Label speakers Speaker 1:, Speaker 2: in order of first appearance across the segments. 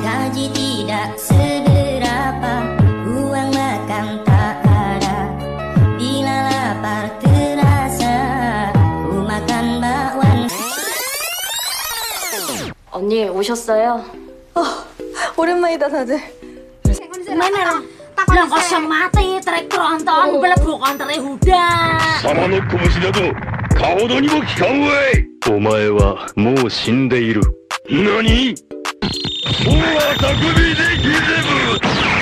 Speaker 1: gaji tidak seberapa, uang makan tak ada. Bila lapar terasa, ku makan bakwan.
Speaker 2: 언니 오셨어요?
Speaker 3: 오랜만이다 다들.
Speaker 4: Mana lang kosong mati, trek tronton, bela bukan trek huda.
Speaker 5: 様の拳などかほどにも効かんわい。お前はもう死んでいる。何？もう朝首でギゼブ。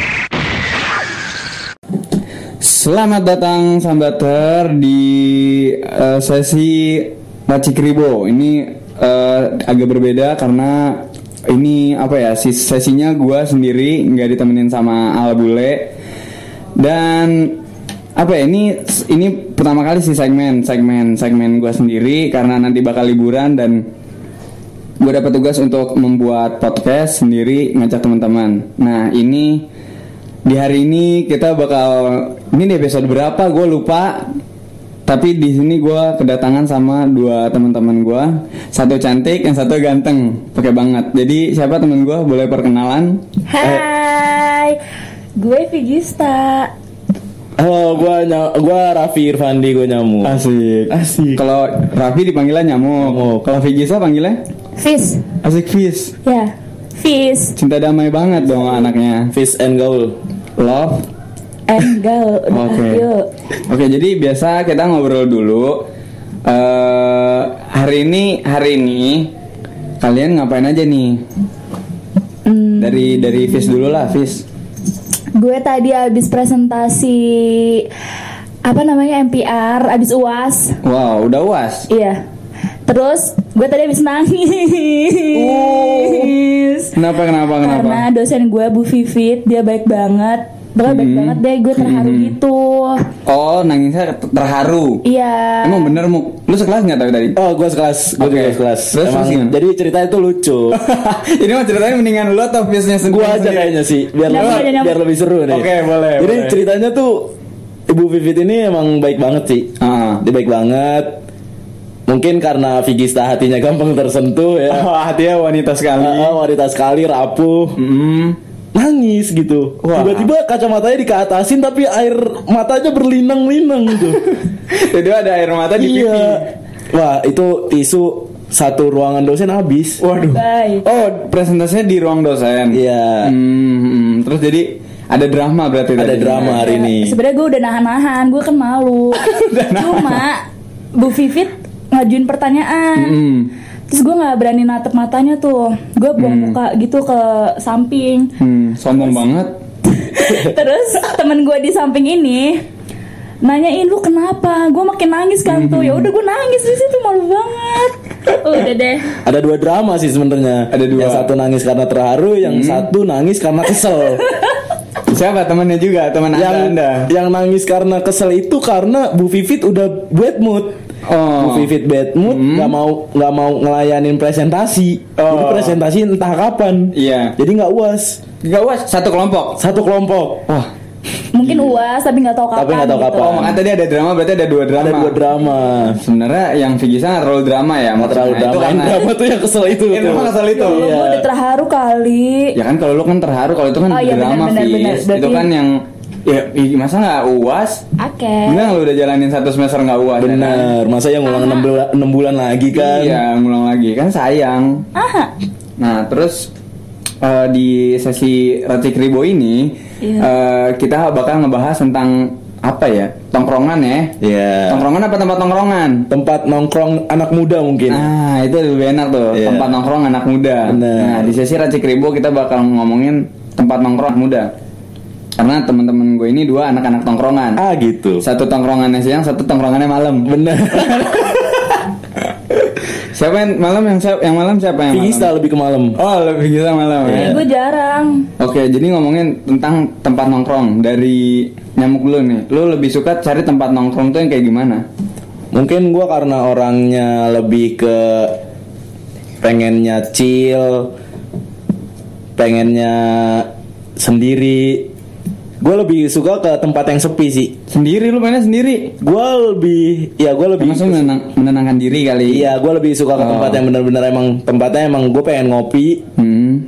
Speaker 6: Selamat datang Sambater di sesi Racik Ribo. Ini agak berbeda karena ini apa ya, sesinya gue sendiri, nggak ditemenin sama Al Bule. Dan apa ya, ini pertama kali sih segmen gue sendiri karena nanti bakal liburan dan gue dapat tugas untuk membuat podcast sendiri, ngajak teman-teman. Nah ini di hari ini kita bakal, ini di episode berapa gue lupa. Tapi di sini gue kedatangan sama dua teman-teman gue, satu cantik, yang satu ganteng, pakai banget. Jadi siapa teman gue, boleh perkenalan?
Speaker 3: Hai, gue Vigista.
Speaker 7: Halo, gue Raffi Irfandi, gue Nyamuk.
Speaker 6: Asik. Kalau Raffi dipanggilnya Nyamuk. Kalau Vigista panggilnya?
Speaker 3: Fis.
Speaker 6: Asik Fis.
Speaker 3: Ya, Fis.
Speaker 6: Cinta damai banget dong anaknya.
Speaker 7: Fish and Gaul.
Speaker 6: Love.
Speaker 3: Enggak.
Speaker 6: Oke, jadi biasa kita ngobrol dulu. Hari ini kalian ngapain aja nih? Dari Fis dulu lah, Fis.
Speaker 3: Gue tadi habis presentasi MPR, habis UAS.
Speaker 6: Wow, udah UAS?
Speaker 3: Iya. Terus gue tadi habis nangis.
Speaker 6: Kenapa?
Speaker 3: Karena dosen gue Bu Vivit, dia baik banget. Baik banget deh, gue terharu gitu.
Speaker 6: Oh, nangisnya terharu.
Speaker 3: Iya.
Speaker 6: Emang bener, Muk? Lu sekelas nggak tadi?
Speaker 7: Oh, gue sekelas.
Speaker 6: Terus
Speaker 7: Emang, jadi ceritanya itu lucu.
Speaker 6: Ini mah ceritanya mendingan lu atau Fisnya sendiri?
Speaker 7: Gue aja kayaknya sih, biar lebih seru nih.
Speaker 6: Oke, boleh.
Speaker 7: Jadi ceritanya tuh Ibu Vivit ini emang baik banget sih. Dia baik banget. Mungkin karena Vigista hatinya gampang tersentuh ya.
Speaker 6: Hatinya wanita sekali.
Speaker 7: Rapuh. Nangis gitu.
Speaker 6: Wah.
Speaker 7: Tiba-tiba kacamatanya dikeatasin tapi air matanya berlinang-linang gitu.
Speaker 6: Jadi ada air mata di pipi.
Speaker 7: Wah, itu tisu satu ruangan dosen habis.
Speaker 6: Waduh.
Speaker 3: Baik.
Speaker 6: Oh, presentasinya di ruang dosen.
Speaker 7: Iya.
Speaker 6: Terus jadi ada drama berarti
Speaker 7: Ada
Speaker 6: tadi.
Speaker 7: drama hari ini.
Speaker 3: Sebenarnya gue udah nahan, gue kan malu. Cuma Bu Vivit ngajuin pertanyaan. Terus gue nggak berani natep matanya tuh, gue buang muka gitu ke samping.
Speaker 6: Sombong banget.
Speaker 3: Terus temen gue di samping ini nanyain, lu kenapa? Gue makin nangis kan tuh. Ya udah gue nangis di situ, malu banget. Udah deh.
Speaker 7: Ada dua drama sih sebenarnya.
Speaker 6: Ada dua.
Speaker 7: Yang satu nangis karena terharu, yang satu nangis karena kesel.
Speaker 6: Siapa temannya juga, teman Anda?
Speaker 7: Yang nangis karena kesel itu karena Bu Vivit udah bad mood. Bu Vivit bad mood, nggak mau ngelayanin presentasi. Jadi presentasi entah kapan.
Speaker 6: Iya.
Speaker 7: Jadi nggak UAS.
Speaker 6: Satu kelompok.
Speaker 7: Wah.
Speaker 3: Mungkin UAS tapi nggak tahu kapan. Gitu.
Speaker 6: Oh, makanya tadi ada drama, berarti ada dua drama.
Speaker 7: Ada dua drama.
Speaker 6: Sebenarnya yang Vigisa nggak terlalu drama ya.
Speaker 7: Nggak terlalu drama. Yang drama tuh yang kesel itu.
Speaker 6: Itu kesel itu.
Speaker 3: Gue udah terharu kali.
Speaker 6: Ya kan kalau lu kan terharu, kalau itu kan
Speaker 3: iya,
Speaker 6: drama,
Speaker 3: benar.
Speaker 6: Fis. Itu kan yang ya masa nggak UAS?
Speaker 3: Oke.
Speaker 6: Bener lu udah jalanin 1 semester nggak UAS.
Speaker 7: Bener.
Speaker 6: Ya kan?
Speaker 7: Masa yang ngulang 6 bulan lagi kan?
Speaker 6: Iya, ngulang lagi kan sayang. Nah terus di sesi Racik Ribo ini kita bakal ngebahas tentang apa ya, tongkrongan ya.
Speaker 7: Iya.
Speaker 6: Tongkrongan apa tempat tongkrongan?
Speaker 7: Tempat nongkrong anak muda mungkin.
Speaker 6: Nah itu lebih enak tuh. Tempat nongkrong anak muda.
Speaker 7: Bener.
Speaker 6: Nah di sesi Racik Ribo kita bakal ngomongin tempat nongkrong anak muda. Karena teman-teman gue ini dua anak-anak tongkrongan.
Speaker 7: Gitu.
Speaker 6: Satu tongkrongannya siang, satu tongkrongannya malam.
Speaker 7: Bener.
Speaker 6: Siapa yang malam, yang malam siapa yang
Speaker 7: Vigista
Speaker 6: malam?
Speaker 7: lebih ke malam.
Speaker 6: Oh, lebih Vigista malam ya.
Speaker 3: Gue jarang.
Speaker 6: Oke, jadi ngomongin tentang tempat nongkrong dari Nyamuk dulu nih. Lu lebih suka cari tempat nongkrong tuh yang kayak gimana?
Speaker 7: Mungkin gue karena orangnya lebih ke pengennya chill, pengennya sendiri. Gue lebih suka ke tempat yang sepi sih.
Speaker 6: Sendiri, lu mainnya sendiri?
Speaker 7: Gue lebih
Speaker 6: Maksudnya menenangkan diri kali.
Speaker 7: Iya, gue lebih suka ke tempat yang benar-benar emang tempatnya emang gue pengen ngopi.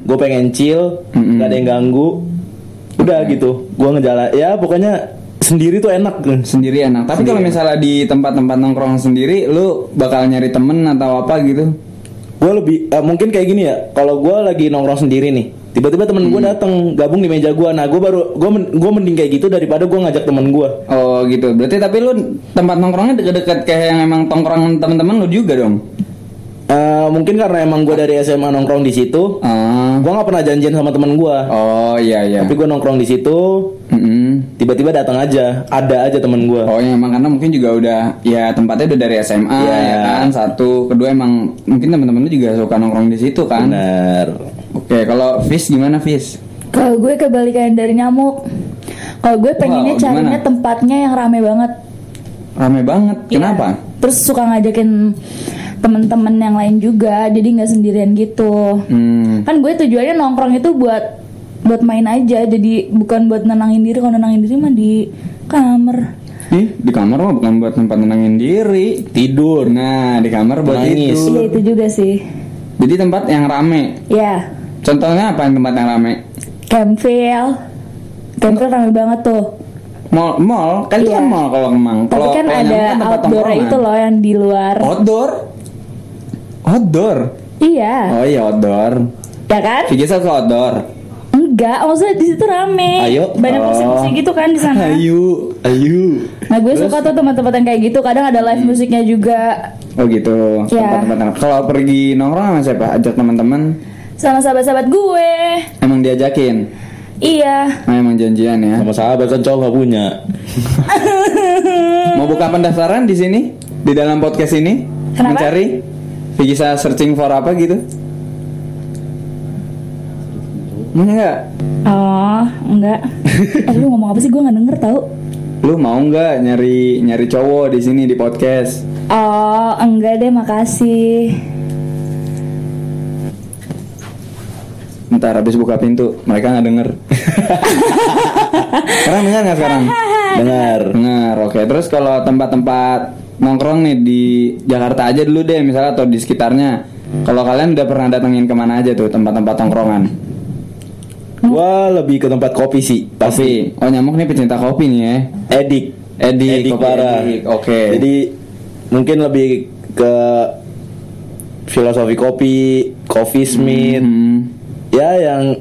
Speaker 7: gue pengen chill, nggak ada yang ganggu, udah gitu. Gue ngejalan, ya pokoknya sendiri tuh enak.
Speaker 6: Sendiri enak. Tapi kalau misalnya di tempat-tempat nongkrong sendiri, lu bakal nyari temen atau apa gitu?
Speaker 7: Gue lebih mungkin kayak gini ya. Kalau gue lagi nongkrong sendiri nih, tiba-tiba temen gue datang gabung di meja gue. Nah gue mending kayak gitu daripada gue ngajak temen gue.
Speaker 6: Oh gitu. Berarti tapi lu tempat nongkrongnya deket-deket kayak yang emang tongkrongan temen-temen lu juga dong?
Speaker 7: Mungkin karena emang gue dari SMA nongkrong di situ. Gue nggak pernah janjian sama temen gue.
Speaker 6: Oh iya.
Speaker 7: Tapi gue nongkrong di situ. Tiba-tiba datang aja, ada aja temen gue.
Speaker 6: Oh ya emang karena mungkin juga udah ya tempatnya udah dari SMA ya kan. Satu, kedua emang mungkin teman-teman lu juga suka nongkrong di situ kan.
Speaker 7: Benar.
Speaker 6: Oke, kalau Fis gimana Fis?
Speaker 3: Kalau gue kebalikan dari Nyamuk. Kalau gue pengennya carinya tempatnya yang rame banget.
Speaker 6: Rame banget. Kenapa?
Speaker 3: Terus suka ngajakin temen-temen yang lain juga, jadi nggak sendirian gitu. Kan gue tujuannya nongkrong itu buat main aja, jadi bukan buat nenangin diri. Kalau nenangin diri mah di kamar.
Speaker 6: Di kamar mah bukan buat tempat nenangin diri, tidur. Nah di kamar buat
Speaker 7: nangis.
Speaker 6: itu.
Speaker 3: Iya itu juga sih.
Speaker 6: Jadi tempat yang rame.
Speaker 3: Ya.
Speaker 6: Contohnya apa yang tempat yang rame?
Speaker 3: Campville rame banget tuh.
Speaker 6: Mall kan itu kan mall kalau Kemang.
Speaker 3: Tapi kan ada outdoor itu loh yang di luar.
Speaker 6: Outdoor.
Speaker 3: Iya.
Speaker 6: Oh iya outdoor.
Speaker 3: Ya kan?
Speaker 6: Figisa ke outdoor.
Speaker 3: Enggak, maksudnya di situ rame.
Speaker 6: Ayo.
Speaker 3: Banyak musik-musik gitu kan di sana.
Speaker 6: Ayo.
Speaker 3: Nah gue suka tuh tempat-tempat yang kayak gitu. Kadang ada live musiknya juga.
Speaker 6: Oh gitu.
Speaker 3: Ya.
Speaker 6: Tempat-tempat. Kalau pergi nongkrong sama siapa? Ajak teman-teman.
Speaker 3: Sama sahabat-sahabat gue.
Speaker 6: Emang diajakin?
Speaker 3: Iya.
Speaker 6: Emang janjian ya.
Speaker 7: Sama sahabat kan cowok gak punya.
Speaker 6: Mau buka pendaftaran di sini di dalam podcast ini?
Speaker 3: Kenapa?
Speaker 6: Mencari bisa searching for apa gitu? Mau nggak?
Speaker 3: Oh, enggak. Lu ngomong apa sih? Gue nggak denger tau.
Speaker 6: Lu mau nggak nyari cowok di sini di podcast?
Speaker 3: Oh, enggak deh, makasih.
Speaker 6: Ntar habis buka pintu mereka nggak denger. Sekarang dengar nggak sekarang?
Speaker 7: Dengar.
Speaker 6: Oke. Terus kalau tempat-tempat nongkrong nih di Jakarta aja dulu deh misalnya atau di sekitarnya. Kalau kalian udah pernah datengin kemana aja tuh tempat-tempat nongkrongan?
Speaker 7: Gua lebih ke tempat kopi sih.
Speaker 6: Kopi. Oh Nyamuk nih pecinta kopi nih ya. Edik
Speaker 7: parah.
Speaker 6: Oke.
Speaker 7: Jadi mungkin lebih ke filosofi kopi, Coffee Smith. Ya yang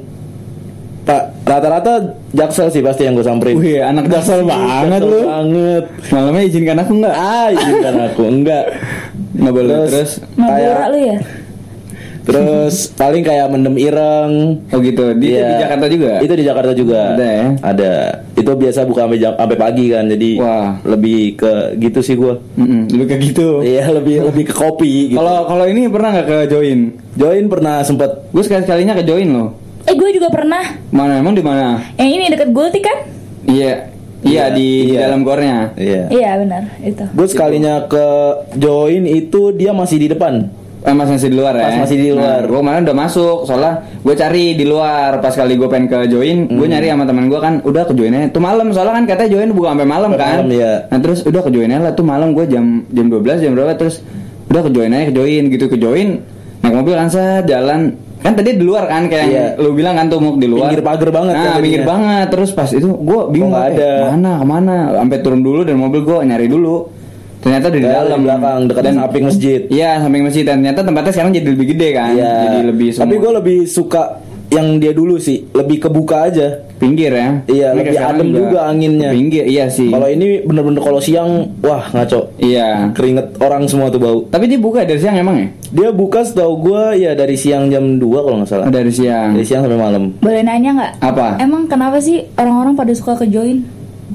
Speaker 7: rata-rata Jaksel sih pasti yang gue samperin.
Speaker 6: Wih, anak Jaksel banget lu.
Speaker 7: Banget.
Speaker 6: Malamnya izinkan aku enggak?
Speaker 7: Izinkan aku enggak.
Speaker 6: Enggak boleh. Terus
Speaker 3: Mabura lu ya?
Speaker 7: Terus paling kayak mendem ireng.
Speaker 6: Oh gitu. Di Jakarta juga?
Speaker 7: Itu di Jakarta juga.
Speaker 6: Ada ya?
Speaker 7: Ada. Itu biasa buka sampai pagi kan. Jadi lebih ke gitu sih gue.
Speaker 6: Lebih ke gitu.
Speaker 7: Iya, lebih ke kopi gitu.
Speaker 6: Kalau ini pernah enggak ke Join?
Speaker 7: Join pernah sempet.
Speaker 6: Gue sekali-kalinya ke Join loh.
Speaker 3: Gue juga pernah.
Speaker 6: Mana emang di mana?
Speaker 3: Yang ini deket Gultik kan?
Speaker 6: Iya di dalam gornya.
Speaker 3: Iya benar itu.
Speaker 7: Gue sekalinya ke Join itu dia masih di depan.
Speaker 6: Masih di luar ya?
Speaker 7: Pas masih di luar.
Speaker 6: Gue malah udah masuk. Soalnya gue cari di luar. Pas kali gue pengen ke Join, gue nyari sama teman gue kan. Udah ke Joinnya. Tuh malam. Soalnya kan katanya Join buka sampai malam kan.
Speaker 7: Iya.
Speaker 6: Nah terus udah ke Joinnya lah. Tuh malam gue jam 12 jam berapa. Terus udah ke Joinnya ke Join gitu. Ke Join naik mobil kan jalan. Kan tadi di luar kan kayak yang lu bilang kan tuh mau di luar.
Speaker 7: Pinggir pagar banget.
Speaker 6: Nah pinggir banget. Terus pas itu gue bingung
Speaker 7: ada.
Speaker 6: Kemana. Sampai turun dulu dari mobil gue nyari dulu. Ternyata di dalam
Speaker 7: belakang dekat samping masjid.
Speaker 6: Iya, samping masjid. Dan ternyata tempatnya sekarang jadi lebih gede kan.
Speaker 7: Iya.
Speaker 6: Jadi lebih semua.
Speaker 7: Tapi gue lebih suka yang dia dulu sih, lebih kebuka aja.
Speaker 6: Pinggir ya.
Speaker 7: Iya, lebih adem juga anginnya.
Speaker 6: Pinggir, iya sih.
Speaker 7: Kalau ini bener-bener kalau siang, wah ngaco.
Speaker 6: Iya.
Speaker 7: Keringet orang semua tuh bau.
Speaker 6: Tapi dia buka dari siang emang ya?
Speaker 7: Dia buka setahu gue ya dari siang jam 2 kalau nggak salah.
Speaker 6: Dari siang.
Speaker 7: Dari siang sampai malam.
Speaker 3: Boleh nanya nggak?
Speaker 6: Apa?
Speaker 3: Emang kenapa sih orang-orang pada suka ke Join?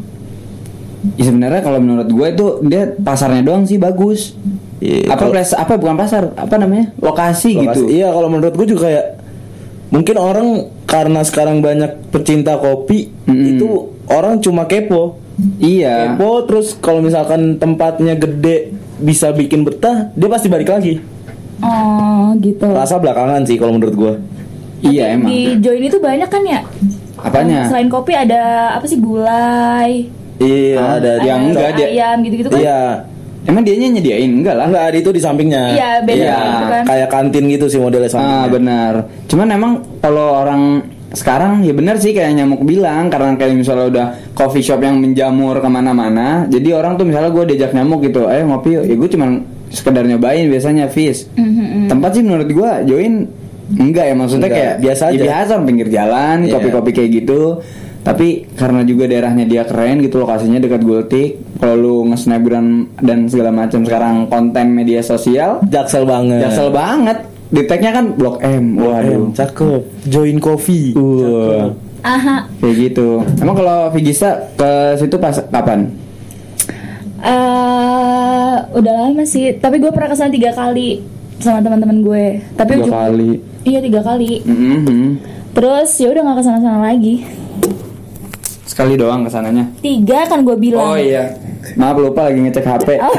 Speaker 6: Ya sebenarnya kalau menurut gue itu dia pasarnya doang sih bagus.
Speaker 7: Iya,
Speaker 6: apa bukan pasar? Apa namanya? Lokasi gitu.
Speaker 7: Iya, kalau menurut gue juga kayak mungkin orang karena sekarang banyak pecinta kopi, itu orang cuma kepo.
Speaker 6: Iya.
Speaker 7: Kepo terus kalau misalkan tempatnya gede bisa bikin betah, dia pasti balik lagi.
Speaker 3: Oh, gitu.
Speaker 7: Rasa belakangan sih kalau menurut gue.
Speaker 6: Iya emang.
Speaker 3: Di Join itu banyak kan ya?
Speaker 6: Apanya?
Speaker 3: Selain kopi ada apa sih, gulai?
Speaker 7: Iya, ada
Speaker 6: yang enggak dia.
Speaker 3: Ayam gitu-gitu kan?
Speaker 7: Iya.
Speaker 6: Emang dianya nyediain? Enggak lah.
Speaker 7: Enggak, itu di sampingnya.
Speaker 3: Iya, beda
Speaker 6: Iya.
Speaker 3: gitu kan.
Speaker 7: Kayak kantin gitu sih modelnya sampingnya.
Speaker 6: Benar. Cuman emang kalau orang sekarang ya benar sih kayak Nyamuk bilang, karena kayak misalnya udah coffee shop yang menjamur kemana-mana, jadi orang tuh misalnya gue diajak Nyamuk gitu, ayo ngopi yuk, ya gue cuman sekedar nyobain biasanya Fis. Tempat sih menurut gue join enggak ya, maksudnya
Speaker 7: Enggak,
Speaker 6: kayak
Speaker 7: biasa aja.
Speaker 6: biasa pinggir jalan,
Speaker 7: Iya.
Speaker 6: kopi-kopi kayak gitu. Tapi karena juga daerahnya dia keren gitu, lokasinya dekat Gultik. Kalau lu nge-snapgram dan segala macam sekarang konten media sosial,
Speaker 7: Jaksel banget.
Speaker 6: Jaksel banget. Di tag-nya kan Blok M. Waduh,
Speaker 7: Cakep. Join coffee.
Speaker 3: Aha.
Speaker 6: kayak gitu. Emang kalau Vigista ke situ pas kapan?
Speaker 3: Udah lama sih, tapi gue pernah kesana 3 kali sama teman-teman gue. Tapi
Speaker 6: 3 kali.
Speaker 3: Iya 3 kali.
Speaker 6: Mhm.
Speaker 3: Terus ya udah nggak kesana-sana lagi.
Speaker 6: Sekali doang kesananya.
Speaker 3: 3 kan gue bilang.
Speaker 6: Oh iya. Maaf lupa lagi ngecek HP.
Speaker 3: Oh,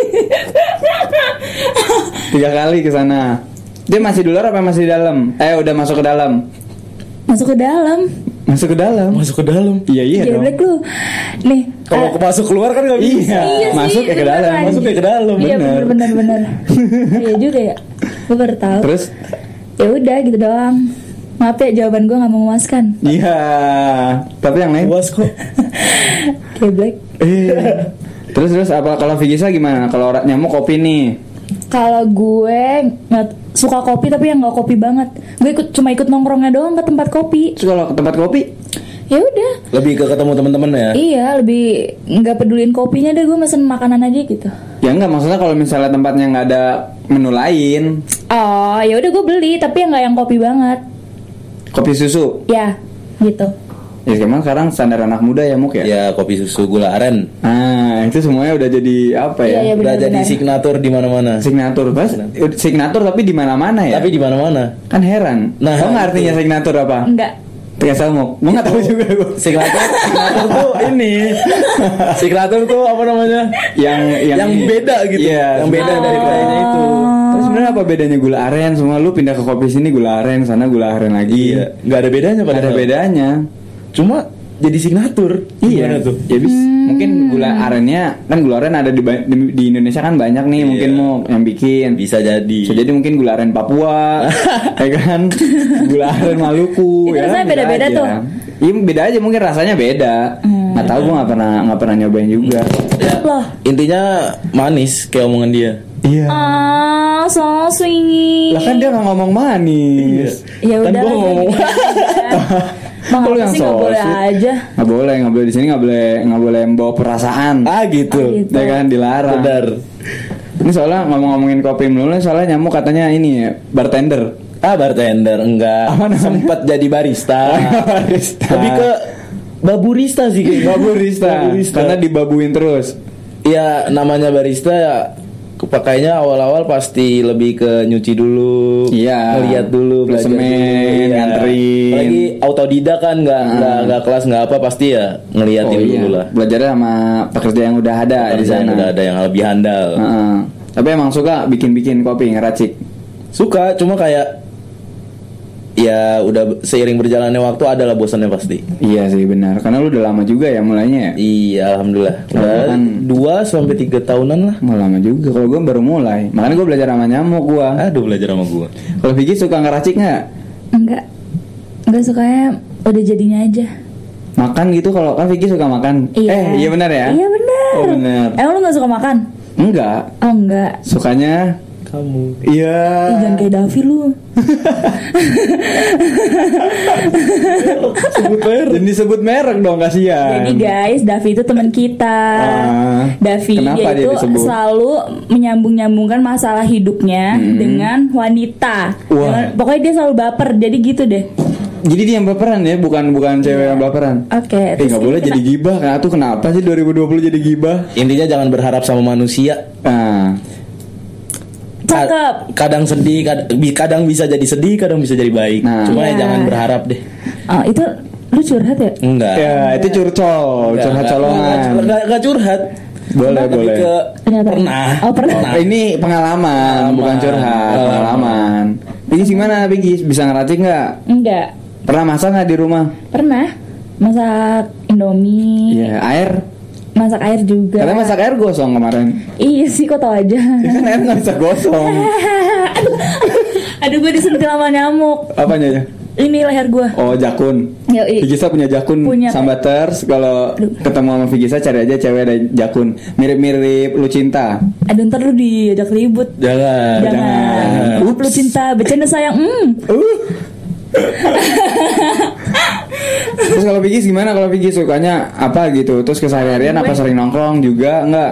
Speaker 6: 3 kali ke sana. Dia masih di luar apa masih di dalam? Udah masuk ke dalam.
Speaker 3: masuk ke dalam.
Speaker 6: Masuk ke dalam.
Speaker 7: Masuk ke dalam.
Speaker 6: Iya dong.
Speaker 3: Geblek lu. Nih.
Speaker 7: Kalau masuk keluar kan nggak bisa.
Speaker 3: Iya
Speaker 6: masuk
Speaker 3: sih,
Speaker 6: ya ke dalam.
Speaker 3: beneran.
Speaker 7: Masuk ya ke dalam.
Speaker 3: Iya bener. Iya juga ya. Gue baru tahu.
Speaker 6: Terus?
Speaker 3: Ya udah gitu doang. Maaf ya jawaban gue nggak memuaskan.
Speaker 6: Iya. Tapi yang lain.
Speaker 7: Puas kok.
Speaker 3: Geblek.
Speaker 6: Terus apa kalau Vigisa gimana? Kalau Nyamuk kopi nih.
Speaker 3: Kalau gue nggak suka kopi tapi yang nggak kopi banget. Gue cuma ikut nongkrongnya doang ke tempat kopi.
Speaker 6: Terus kalau ke tempat kopi?
Speaker 3: Ya udah.
Speaker 7: Lebih ke ketemu teman-teman ya.
Speaker 3: Iya, lebih nggak peduliin kopinya deh, gue mesen makanan aja gitu.
Speaker 6: Ya enggak, maksudnya kalau misalnya tempatnya nggak ada menu lain.
Speaker 3: Oh, ya udah gue beli tapi yang nggak yang kopi banget.
Speaker 6: Kopi susu.
Speaker 3: Ya, gitu.
Speaker 6: Ya emang sekarang standar anak muda ya Muk ya?
Speaker 7: Ya kopi susu gula aren.
Speaker 6: Itu semuanya udah jadi apa ya?
Speaker 3: Iya,
Speaker 7: Udah jadi
Speaker 3: benar-benar.
Speaker 7: signatur di mana-mana.
Speaker 6: Signatur pas signatur tapi di mana-mana ya.
Speaker 7: Tapi di mana-mana.
Speaker 6: Kan heran.
Speaker 7: Nah,
Speaker 6: Tahu nggak
Speaker 7: itu.
Speaker 6: artinya signatur apa?
Speaker 3: Enggak.
Speaker 6: Tiga Muk. Gue nggak tahu juga gue.
Speaker 7: Signatur tuh ini. Signatur tuh apa namanya? Yang beda gitu.
Speaker 6: Iya,
Speaker 7: Yang beda dari lainnya itu.
Speaker 6: Terus sebenarnya apa bedanya gula aren? Semua lu pindah ke kopi sini gula aren, sana gula aren lagi.
Speaker 7: Iya. Nggak ada bedanya
Speaker 6: Nggak ada
Speaker 7: padahal.
Speaker 6: bedanya.
Speaker 7: Cuma jadi signatur. Gimana
Speaker 6: Iya
Speaker 7: tuh?
Speaker 6: Ya mungkin gula arennya kan gula aren ada di Indonesia kan banyak nih.
Speaker 7: Iya.
Speaker 6: Mungkin mau yang bikin.
Speaker 7: Bisa jadi.
Speaker 6: Bisa jadi mungkin gula aren Papua, ya kan? Gula aren Maluku.
Speaker 3: Itu
Speaker 6: ya
Speaker 3: rasanya
Speaker 6: kan?
Speaker 3: beda-beda
Speaker 6: aja.
Speaker 3: tuh.
Speaker 6: Iya beda aja, mungkin rasanya beda. Nggak tahu, gue nggak pernah nyobain juga.
Speaker 7: Ya,
Speaker 3: Loh.
Speaker 7: intinya manis kayak omongan dia.
Speaker 6: Iya.
Speaker 3: Ah, so sweet.
Speaker 6: Lah kan dia nggak ngomong manis.
Speaker 3: Ya
Speaker 7: Kan
Speaker 3: udah.
Speaker 7: gua ngomong.
Speaker 3: Bang,
Speaker 6: Lu
Speaker 3: apa
Speaker 6: yang
Speaker 3: sih nggak
Speaker 6: so
Speaker 3: boleh
Speaker 6: sweet.
Speaker 3: aja.
Speaker 6: Nggak boleh di sini nggak boleh membawa perasaan.
Speaker 7: Gitu.
Speaker 3: Ah, gitu.
Speaker 6: Ya kan dilarang.
Speaker 7: Benar.
Speaker 6: Ini soalnya ngomongin kopi melulu, soalnya Nyamuk katanya ini ya bartender.
Speaker 7: Bartender enggak.
Speaker 6: Apa namanya?
Speaker 7: Sempat jadi barista.
Speaker 6: Barista.
Speaker 7: Lebih ke baburista sih kayaknya.
Speaker 6: Baburista. Karena dibabuin terus.
Speaker 7: Iya, namanya barista ya kepakainya awal-awal pasti lebih ke nyuci dulu,
Speaker 6: Iya.
Speaker 7: ngeliat dulu, belajar
Speaker 6: Semen,
Speaker 7: dulu, iya.
Speaker 6: nganterin.
Speaker 7: Apalagi autodidak kan nggak kelas nggak apa pasti ya ngeliatin dulu lah.
Speaker 6: Belajarnya sama pekerja yang udah ada di
Speaker 7: Kerjaan
Speaker 6: sana.
Speaker 7: udah ada yang lebih handal.
Speaker 6: Heeh. Tapi emang suka bikin kopi, ngeracik.
Speaker 7: Suka, cuma kayak ya udah seiring berjalannya waktu adalah bosannya pasti.
Speaker 6: Iya sih benar. Karena lu udah lama juga ya mulainya ya.
Speaker 7: Iya, alhamdulillah. Udah
Speaker 6: Kan-
Speaker 7: 2-3 tahunan lah.
Speaker 6: Mau lama juga. Kalau gue baru mulai. Makanya gue belajar sama Nyamuk gue.
Speaker 7: Aduh, belajar sama gua.
Speaker 6: Kalau Vicky suka ngeracik nggak?
Speaker 3: Enggak sukanya udah jadinya aja.
Speaker 6: Makan gitu, kalau kan Vicky suka makan.
Speaker 3: Iya.
Speaker 6: Iya benar ya?
Speaker 3: Iya benar.
Speaker 6: Oh benar.
Speaker 3: Emang lu nggak suka makan?
Speaker 6: Enggak.
Speaker 3: Oh enggak.
Speaker 6: Sukanya
Speaker 7: Kamu.
Speaker 6: iya.
Speaker 3: Ih, jangan kayak Davi lu.
Speaker 6: Dan disebut merek dong, kasihan.
Speaker 3: Jadi guys, Davi itu teman kita. Davi
Speaker 6: kenapa dia
Speaker 3: dia itu
Speaker 6: disebut?
Speaker 3: selalu menyambung-nyambungkan masalah hidupnya dengan wanita.
Speaker 6: Wah.
Speaker 3: Pokoknya dia selalu baper. Jadi gitu deh.
Speaker 6: Jadi dia yang baperan ya, bukan cewek yang baperan.
Speaker 3: Oke.
Speaker 6: Nggak boleh jadi gibah kan? Tuh kenapa sih 2020 jadi gibah?
Speaker 7: Intinya jangan berharap sama manusia.
Speaker 3: Cakep.
Speaker 7: Kadang sedih, kadang bisa jadi sedih, kadang bisa jadi baik.
Speaker 6: Nah.
Speaker 7: Cuma ya
Speaker 3: Iya.
Speaker 7: jangan berharap deh.
Speaker 3: Oh, itu lu curhat ya?
Speaker 7: Enggak.
Speaker 6: Ya itu curcol, curhat colongan.
Speaker 7: Enggak curhat.
Speaker 6: Boleh,
Speaker 7: Lebih
Speaker 6: boleh.
Speaker 7: ke
Speaker 3: Ternyata.
Speaker 7: pernah.
Speaker 3: Oh, pernah.
Speaker 6: Ini pengalaman, bukan curhat, pengalaman. Pinggi gimana, Pinggi? Bisa ngeracik nggak?
Speaker 3: Enggak.
Speaker 6: Pernah masak nggak di rumah?
Speaker 3: Pernah masak Indomie.
Speaker 6: Iya, air.
Speaker 3: masak air juga.
Speaker 6: Katanya masak air gosong kemarin.
Speaker 3: Iya sih, kok tau aja.
Speaker 6: Itu kan air nggak bisa gosong.
Speaker 3: Aduh, gue disentil sama nyamuk.
Speaker 6: Apanya ya?
Speaker 3: Ini leher gue.
Speaker 6: Oh, jakun.
Speaker 3: Yoi.
Speaker 6: Vigisa punya jakun.
Speaker 3: Punya.
Speaker 6: Sambaters, kalau ketemu sama Vigisa cari aja cewek ada jakun. Mirip-mirip Lucinta.
Speaker 3: Aduh, ntar lu diajak ribut.
Speaker 7: Jangan.
Speaker 3: Lu cinta, bercanda sayang.
Speaker 6: Terus kalau Vigis gimana? Kalau Vigis sukanya apa gitu? Terus keseharian apa sering nongkrong juga enggak?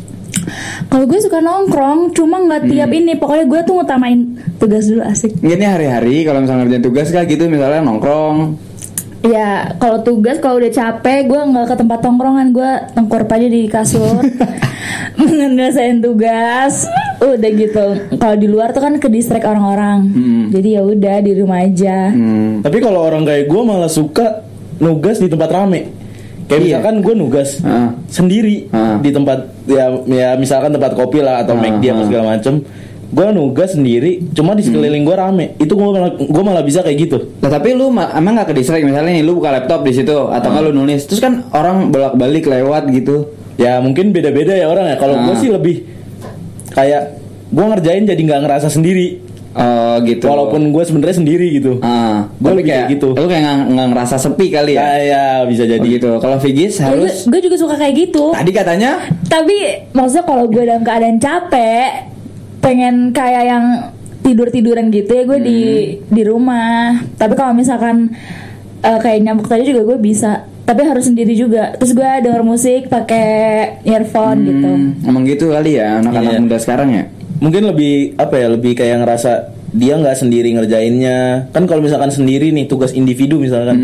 Speaker 3: Kalau gue suka nongkrong, cuma nggak tiap ini. Pokoknya gue tuh ngutamain tugas dulu, asik.
Speaker 6: Ini hari-hari kalau misalnya ngerjain tugas kah gitu, misalnya nongkrong.
Speaker 3: Ya, kalau tugas, kalau udah capek, gue nggak ke tempat tongkrongan, gue tengkurap aja di kasur, menyelesaikan tugas. Udah gitu. Kalau di luar tuh kan ke distract orang-orang. Jadi ya udah di rumah aja.
Speaker 7: Tapi kalau orang kayak gue malah suka nugas di tempat rame. Kayak misalkan gue nugas sendiri di tempat ya misalkan tempat kopi lah atau McD apa segala macem. Gue nugas sendiri, cuma di sekeliling gue rame. Itu gue malah bisa kayak gitu.
Speaker 6: Nah, tapi lu emang nggak ke distract misalnya nih lu buka laptop di situ atau kalau nulis, terus kan orang bolak-balik lewat gitu.
Speaker 7: Ya mungkin beda-beda ya orang ya. Kalau gue sih lebih kayak gue ngerjain jadi nggak ngerasa sendiri.
Speaker 6: Oh gitu.
Speaker 7: Walaupun gue sebenarnya sendiri gitu.
Speaker 6: Gue kayak gitu. Lu kayak nggak ngerasa sepi kali ya?
Speaker 7: Ya bisa jadi
Speaker 6: gitu. Kalau Vigis harus.
Speaker 3: Gue juga suka kayak gitu.
Speaker 6: Tadi katanya.
Speaker 3: Tapi maksudnya kalau gue dalam keadaan capek, pengen kayak yang tiduran gitu ya, gue di rumah. Tapi kalau misalkan kayak nyamuk tadi juga gue bisa. Tapi harus sendiri juga. Terus gue denger musik pakai earphone gitu.
Speaker 6: Emang gitu kali ya anak-anak muda sekarang ya.
Speaker 7: Mungkin lebih apa ya, lebih kayak ngerasa dia nggak sendiri ngerjainnya. Kan kalau misalkan sendiri nih tugas individu misalkan,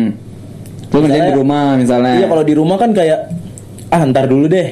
Speaker 6: lu ngerjain di rumah misalnya.
Speaker 7: Iya, kalau di rumah kan kayak ntar dulu deh,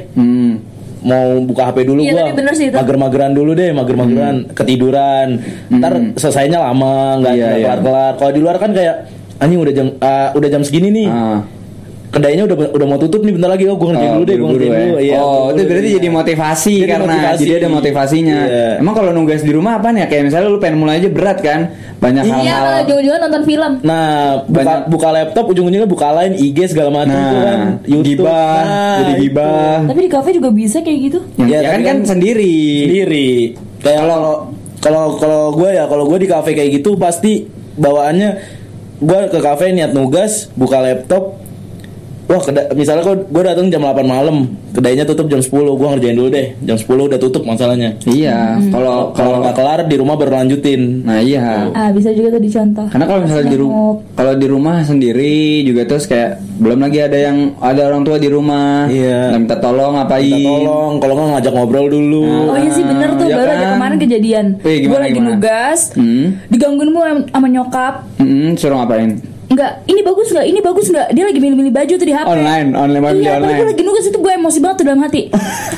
Speaker 7: mau buka HP dulu.
Speaker 3: Iya,
Speaker 7: gua mager-mageran dulu deh, ketiduran. Ntar selesainya lama, nggak kelar-kelar. Kalau di luar kan kayak anjing udah jam segini nih. Kedainya udah mau tutup nih, bentar lagi gue ngerjain dulu deh, gue ngerjain dulu.
Speaker 6: Iya, itu berarti jadi motivasi jadi ada motivasinya. Emang kalau nugas di rumah apa nih? Kayak misalnya lu pengen mulai aja berat kan, banyak hal-hal.
Speaker 3: Iya, ujung-ujungnya nonton film.
Speaker 7: Nah, buka laptop ujung-ujungnya buka lain IG segala macam itu kan, YouTube.
Speaker 6: Jadi gibah.
Speaker 3: Tapi di kafe juga bisa kayak gitu.
Speaker 6: Ya kan sendiri.
Speaker 7: Kayak kalau gue di kafe kayak gitu pasti bawaannya gue ke kafe niat nugas, buka laptop. Wah, misalnya gue datang jam 8 malam, kedainya tutup jam 10, gue ngerjain dulu deh. Jam 10 udah tutup masalahnya.
Speaker 6: Iya. Kalau
Speaker 7: nggak kelar di rumah baru lanjutin.
Speaker 6: Nah iya.
Speaker 3: Bisa juga tuh dicontoh.
Speaker 6: Karena kalau misalnya di rumah sendiri juga terus kayak belum lagi ada orang tua di rumah.
Speaker 7: Iya.
Speaker 6: Minta tolong ngapain?
Speaker 7: Kalau nggak ngajak ngobrol dulu.
Speaker 3: Oh iya sih bener tuh, baru aja kemarin kejadian. Gue lagi nugas, digangguin gue sama nyokap.
Speaker 6: Suruh ngapain?
Speaker 3: Enggak, ini bagus nggak? Dia lagi milih-milih baju tuh di HP.
Speaker 6: Online
Speaker 3: iya,
Speaker 6: online.
Speaker 3: Gue lagi nugas itu, gue emosi banget tuh dalam hati.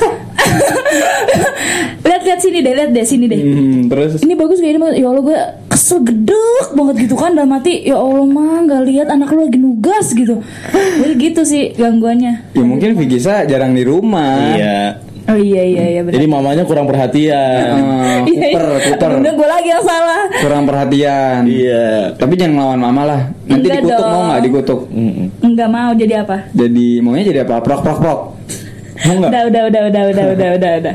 Speaker 3: lihat sini deh, sini deh.
Speaker 6: Terus?
Speaker 3: Ini bagus gak ini? Ya Allah, gue kesel gedek banget gitu kan dalam hati. Ya Allah mah, nggak lihat anak lu lagi nugas gitu. Jadi gitu sih gangguannya.
Speaker 6: Ya mungkin Vigisa jarang di rumah.
Speaker 7: Iya.
Speaker 3: Oh iya benar.
Speaker 7: Jadi mamanya kurang perhatian.
Speaker 6: Kuper.
Speaker 3: Udah gue lagi yang salah.
Speaker 6: Kurang perhatian.
Speaker 7: Iya.
Speaker 6: Tapi jangan ngelawan mama lah. Nanti
Speaker 3: Enggak
Speaker 6: dikutuk
Speaker 3: dong.
Speaker 6: mau nggak dikutuk?
Speaker 3: Enggak mau jadi apa?
Speaker 6: Maunya jadi apa? Prok. Mau nggak?
Speaker 3: Udah.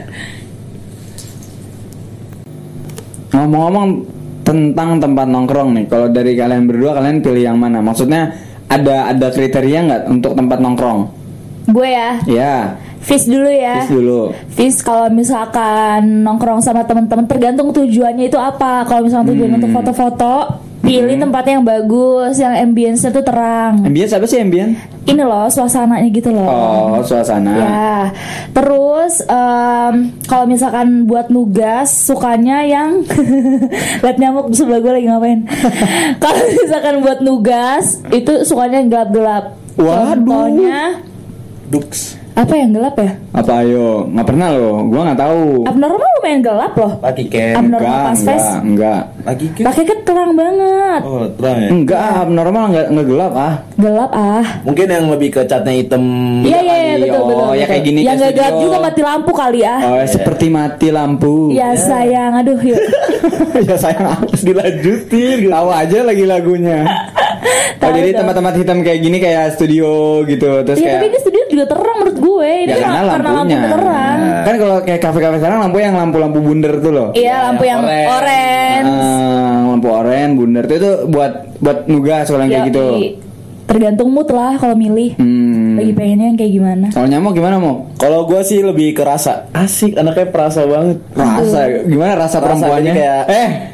Speaker 6: Ngomong-ngomong tentang tempat nongkrong nih, kalau dari kalian berdua kalian pilih yang mana? Maksudnya ada kriteria nggak untuk tempat nongkrong?
Speaker 3: Gue ya.
Speaker 6: Ya.
Speaker 3: Fis dulu ya. Fis kalau misalkan nongkrong sama teman-teman tergantung tujuannya itu apa. Kalau misalkan tujuan untuk foto-foto, pilih tempatnya yang bagus, yang ambience-nya tuh terang.
Speaker 6: Ambience apa sih ambience?
Speaker 3: Ini loh suasananya gitu loh.
Speaker 6: Oh, suasana.
Speaker 3: Ya. Terus kalau misalkan buat nugas sukanya yang lihat nyamuk di sebelah gue lagi ngapain. Kalau misalkan buat nugas itu sukanya yang gelap-gelap.
Speaker 6: Waduh.
Speaker 3: Contohnya
Speaker 7: Duks.
Speaker 3: apa yang gelap ya?
Speaker 6: Apa ayo? Nggak pernah loh, gua nggak tahu.
Speaker 3: Abnormal lumayan gelap loh.
Speaker 7: Lagi cam.
Speaker 3: Abnormal pas face.
Speaker 6: Enggak.
Speaker 7: Lagi cam.
Speaker 3: Pakai kan terang banget.
Speaker 7: Oh, terang ya.
Speaker 6: Enggak, abnormal nggak gelap ah.
Speaker 3: Gelap ah.
Speaker 7: Mungkin yang lebih ke catnya hitam.
Speaker 3: Iya betul.
Speaker 6: Oh, ya kayak gini.
Speaker 3: Yang nggak gelap juga mati lampu kali ah.
Speaker 6: Oh, seperti mati lampu.
Speaker 3: Ya sayang, aduh yuk.
Speaker 6: Ya sayang harus dilanjutin. Tahu aja lagi lagunya. Oh, jadi tempat-tempat hitam kayak gini kayak studio gitu, terus
Speaker 3: Iya,
Speaker 6: kayak.
Speaker 3: tapi ini studio juga terang menurut gue. Ini
Speaker 6: Ya, karena
Speaker 3: karena
Speaker 6: lampunya.
Speaker 3: lampu terang.
Speaker 6: Kan kalau kayak kafe-kafe sekarang lampu yang lampu-lampu bundar tuh loh.
Speaker 3: Iya, lampu yang orange.
Speaker 6: Lampu oranye bundar itu buat nugas kalau yang kayak gitu.
Speaker 3: Tergantung mood lah kalau milih. Lagi pengennya yang kayak gimana.
Speaker 6: Kalau Nyamuk gimana mau?
Speaker 7: Kalau gue sih lebih ke rasa. Asik, anaknya perasa banget.
Speaker 6: Rasa gimana rasa perempuannya?
Speaker 7: Jadi kayak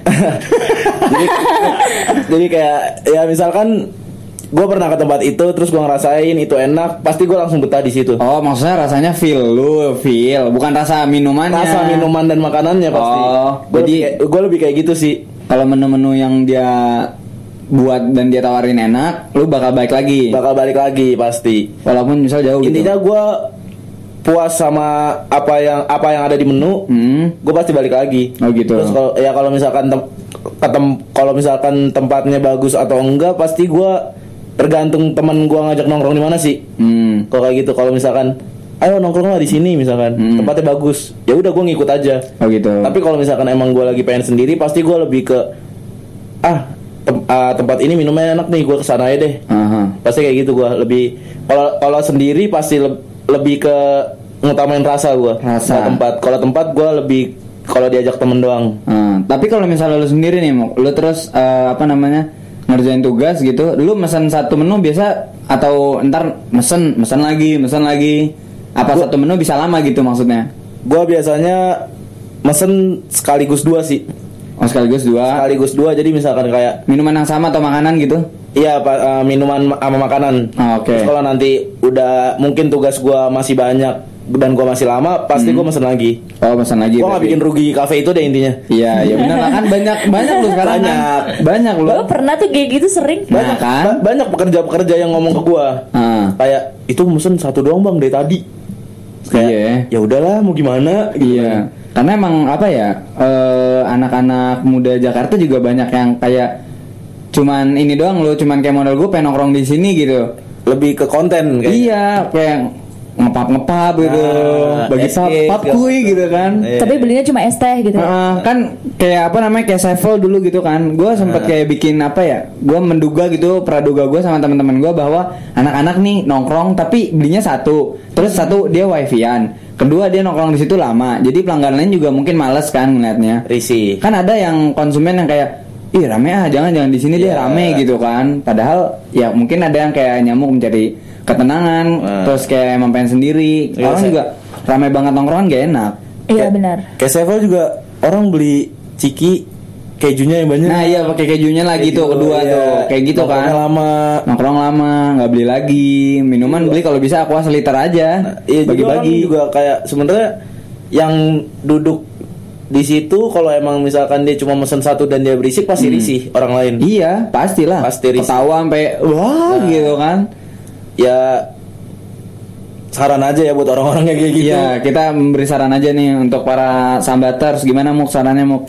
Speaker 7: jadi kayak ya misalkan gue pernah ke tempat itu terus gue ngerasain itu enak, pasti gue langsung betah di situ.
Speaker 6: Oh, maksudnya rasanya feel, bukan rasa minumannya.
Speaker 7: Rasa minuman dan makanannya pasti.
Speaker 6: Oh,
Speaker 7: Gue lebih kayak gitu sih.
Speaker 6: Kalau menu-menu yang dia buat dan dia tawarin enak, lu bakal balik lagi.
Speaker 7: Bakal balik lagi pasti.
Speaker 6: Walaupun misal jauh gitu.
Speaker 7: Intinya gue puas sama apa yang ada di menu, gue pasti balik lagi.
Speaker 6: Oh gitu.
Speaker 7: Terus kalau misalkan kalau misalkan tempatnya bagus atau enggak, pasti gue tergantung teman gue ngajak nongkrong di mana sih. Kalau kayak gitu, kalau misalkan ayo nongkrong lah di sini misalkan tempatnya bagus, ya udah gue ngikut aja.
Speaker 6: Oh gitu.
Speaker 7: Tapi kalau misalkan emang gue lagi pengen sendiri, pasti gue lebih ke tempat ini minumnya enak nih, gue kesana aja deh. Pasti kayak gitu gue lebih. Kalau sendiri pasti lebih ke ngutamain rasa gue. Kalau tempat gue lebih kalau diajak temen doang.
Speaker 6: Tapi kalau misalnya lu sendiri nih, lu terus ngerjain tugas gitu, lu mesen satu menu biasa atau ntar mesen lagi? Apa satu menu bisa lama gitu maksudnya?
Speaker 7: Gue biasanya mesen sekaligus 2 sih.
Speaker 6: Oh, sekaligus 2.
Speaker 7: Sekaligus 2, jadi misalkan kayak
Speaker 6: minuman yang sama atau makanan gitu?
Speaker 7: Iya, minuman sama makanan.
Speaker 6: Oke.
Speaker 7: Terus kalau nanti udah mungkin tugas gue masih banyak dan gue masih lama, pasti gue mesen lagi.
Speaker 6: Oh, mesen lagi.
Speaker 7: Gue nggak bikin rugi kafe itu deh intinya.
Speaker 6: Iya, ya benar lah, kan banyak lu sekarang. Banyak lu.
Speaker 3: Gue pernah tuh kayak gitu sering.
Speaker 7: Banyak
Speaker 6: kan?
Speaker 7: Banyak pekerja yang ngomong ke gue. Kayak itu mesen satu doang bang dari tadi. Kayak ya udahlah mau gimana gitu.
Speaker 6: Iya. Karena emang apa ya, anak-anak muda Jakarta juga banyak yang kayak cuman ini doang, lu cuman kayak model gue pengen nongkrong di sini gitu.
Speaker 7: Lebih ke konten kayak.
Speaker 6: Iya, kayak ngepap gitu, bagi pap kuy gitu kan.
Speaker 3: Tapi belinya cuma es teh gitu.
Speaker 6: Kan kayak apa namanya, kayak Sevel dulu gitu kan. Gue sempet kayak bikin apa ya, gue menduga gitu, praduga gue sama teman-teman gue bahwa anak-anak nih nongkrong tapi belinya satu, terus satu dia wifi-an, kedua dia nongkrong di situ lama, jadi pelanggannya juga mungkin males kan ngeliatnya,
Speaker 7: risih.
Speaker 6: Kan ada yang konsumen yang kayak ih rame jangan di sini deh rame gitu kan. Padahal ya mungkin ada yang kayak Nyamuk mencari ketenangan, terus kayak emang pengen sendiri. Orang juga rame banget nongkrongan gak enak.
Speaker 3: Iya benar.
Speaker 7: Kayak Sevel juga orang beli ciki kejunya yang banyak.
Speaker 6: Nah iya, pakai kejunya lagi tuh kedua tuh kayak gitu kan. Nongkrong lama nggak beli lagi. Minuman beli kalau bisa aqua seliter aja.
Speaker 7: Iya, bagi-bagi juga kayak sebenarnya yang duduk di situ kalau emang misalkan dia cuma mesen satu dan dia berisik pasti risih orang lain.
Speaker 6: Iya, pastilah. Pasti risih. Ketawa sampai wah gitu kan. Ya saran aja ya buat orang-orang yang kayak gitu. Iya, kita memberi saran aja nih untuk para sambaters. Gimana Muk sarannya Muk?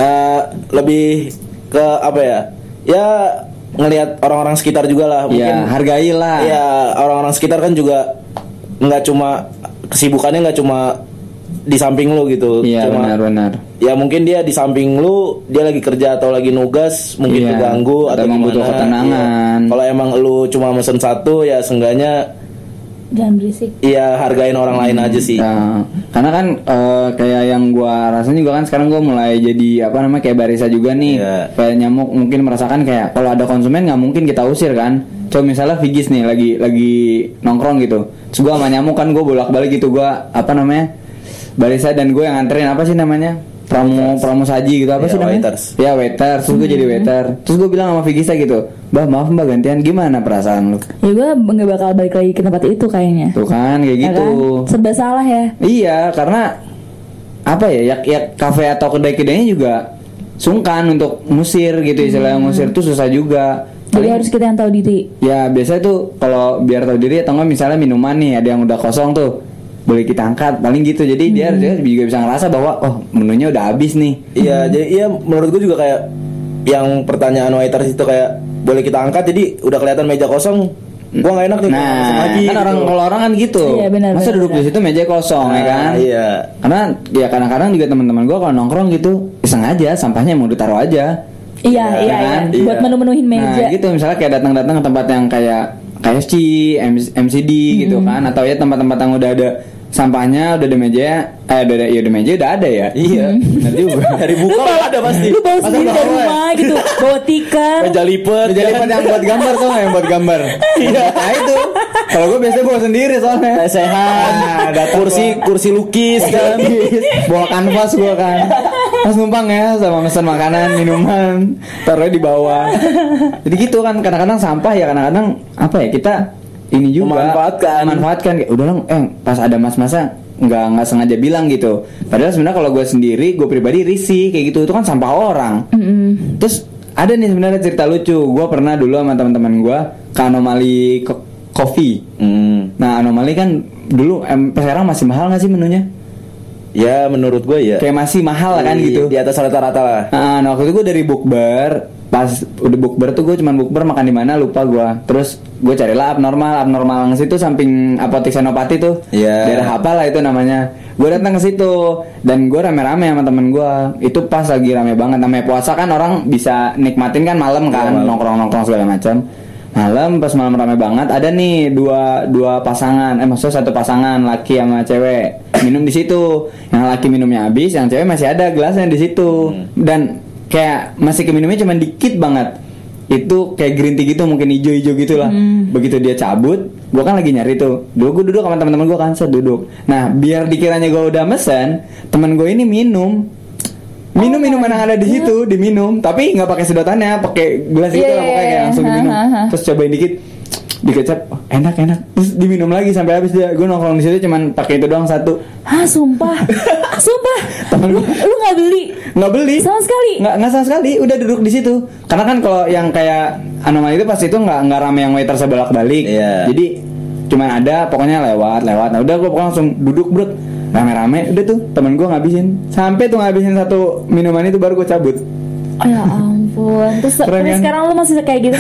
Speaker 7: Lebih ke apa ya? Ya ngelihat orang-orang sekitar juga lah. Mungkin
Speaker 6: ya, hargailah.
Speaker 7: Ya orang-orang sekitar kan juga nggak cuma kesibukannya nggak cuma di samping lu gitu.
Speaker 6: Iya benar-benar.
Speaker 7: Ya mungkin dia di samping lu, dia lagi kerja atau lagi nugas, mungkin keganggu atau
Speaker 6: membutuh ketenangan.
Speaker 7: Kalau emang lu cuma mesen satu, ya seenggaknya
Speaker 3: jangan berisik.
Speaker 7: Iya, hargain orang lain aja sih.
Speaker 6: Nah, karena kan kayak yang gua rasain juga kan sekarang gua mulai jadi apa namanya kayak barista juga nih. Kayak Nyamuk mungkin merasakan kayak kalau ada konsumen nggak mungkin kita usir kan. Coba misalnya Vigis nih lagi nongkrong gitu. Terus gua sama Nyamuk kan gua bolak-balik gitu, gua apa namanya? Barista dan gue yang nganterin apa sih namanya? Pramu saji gitu apa sih namanya? Waiters. Ya waiters, terus gue jadi waiter. Terus gue bilang sama Vigista gitu, maaf mbak gantian, gimana perasaan lu?
Speaker 3: Ya gue nggak bakal balik lagi ke tempat itu kayaknya.
Speaker 6: Tuh kan kayak gitu.
Speaker 3: Kan? Serba salah ya.
Speaker 6: Iya, karena apa ya kafe atau kedai-kedainya juga sungkan untuk ngusir gitu, istilahnya ngusir tuh susah juga.
Speaker 3: Jadi harus kita yang tahu diri.
Speaker 6: Ya biasanya tuh kalau biar tahu diri atau enggak misalnya minuman nih ada yang udah kosong tuh, boleh kita angkat paling gitu. Jadi dia juga bisa ngerasa bahwa oh menunya udah habis nih.
Speaker 7: Iya, jadi menurut gue juga kayak yang pertanyaan waiters itu kayak boleh kita angkat, jadi udah kelihatan meja kosong, gua nggak enak nih.
Speaker 6: Nah,
Speaker 7: lagi,
Speaker 6: kan
Speaker 7: gitu.
Speaker 6: kalau orang kan gitu.
Speaker 3: Iya, benar,
Speaker 6: masa duduk di situ meja kosong ya kan?
Speaker 7: Iya.
Speaker 6: Karena ya kadang-kadang juga teman-teman gua kalau nongkrong gitu iseng aja, sampahnya mau ditaruh aja.
Speaker 3: Iya, kan? Buat menu-menuhin meja.
Speaker 6: Nah gitu, misalnya kayak datang-datang ke tempat yang kayak KFC, MCD gitu kan, atau ya tempat-tempat yang udah ada sampahnya, udah ada meja, udah meja udah ada ya.
Speaker 7: Iya. Nanti dari buka ada pasti.
Speaker 3: Lu bawa sendiri dari rumah gitu, bawa tikar.
Speaker 7: Meja lipat
Speaker 6: yang buat gambar tuh nggak, yang buat gambar. Iya. Nah itu. Kalau gue biasanya bawa sendiri soalnya.
Speaker 7: Sehat. Ada kursi lukis kan.
Speaker 6: Bawa kanvas gue kan. Pas numpang ya sama pesan makanan, minuman, taruhnya di bawah. Jadi gitu kan, kadang-kadang sampah ya, kadang-kadang apa ya, kita ini juga memanfaatkan kayak udah lang, pas ada mas-masa nggak sengaja bilang gitu. Padahal sebenarnya kalau gue sendiri, gue pribadi risih kayak gitu, itu kan sampah orang. Terus ada nih sebenarnya cerita lucu. Gue pernah dulu sama teman-teman gue ke Anomali Coffee. Nah Anomali kan dulu sekarang masih mahal nggak sih menunya?
Speaker 7: Ya menurut gue ya
Speaker 6: kayak masih mahal kan gitu,
Speaker 7: di atas rata-rata lah.
Speaker 6: Nah waktu itu gue dari bukber, pas udah bukber tuh gue cuman bukber makan di mana lupa gue. Terus gue carilah abnormal nge situ samping apotek Senopati tuh, daerah apa lah itu namanya. Gue datang ke situ dan gue rame-rame sama temen gue. Itu pas lagi rame banget, namanya puasa kan, orang bisa nikmatin kan malam kan, nongkrong segala macam. Pas malam rame banget, ada nih dua pasangan, maksudnya satu pasangan laki sama cewek minum di situ. Yang laki minumnya habis, yang cewek masih ada gelasnya di situ. Dan kayak masih keminumnya cuma dikit banget. Itu kayak green tea gitu, mungkin hijau-hijau gitulah. Begitu dia cabut, gue kan lagi nyari tuh. Gue duduk sama teman-teman gue kan, saya duduk. Nah biar dikiranya gue udah mesen, teman gue ini minum minuman yang ada di situ, diminum, tapi nggak pakai sedotannya, pakai gelas gitu lah pokoknya, langsung diminum. Terus cobain dikecap, enak, terus diminum lagi sampai habis dia. Gue nongkrong di situ cuman pakai itu doang satu.
Speaker 3: Sumpah. Temen lu nggak beli? Sama sekali?
Speaker 6: Nggak sama sekali. Udah duduk di situ. Karena kan kalau yang kayak Anomali itu pas itu nggak rame yang waiter sebolak-balik. Jadi cuman ada, pokoknya lewat. Nah udah gue langsung duduk brut. Rame-rame udah tuh temen gue ngabisin. Sampai tuh ngabisin satu minuman itu baru gue cabut.
Speaker 3: Ya ampun. Terus sekarang lu masih kayak gitu?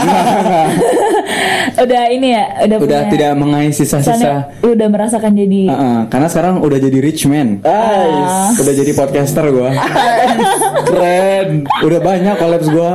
Speaker 3: Udah ini ya,
Speaker 6: udah tidak mengais sisa-sisa.
Speaker 3: Lu udah merasakan jadi
Speaker 6: karena sekarang udah jadi rich man. Udah jadi podcaster gue. Keren. Udah banyak collabs gue.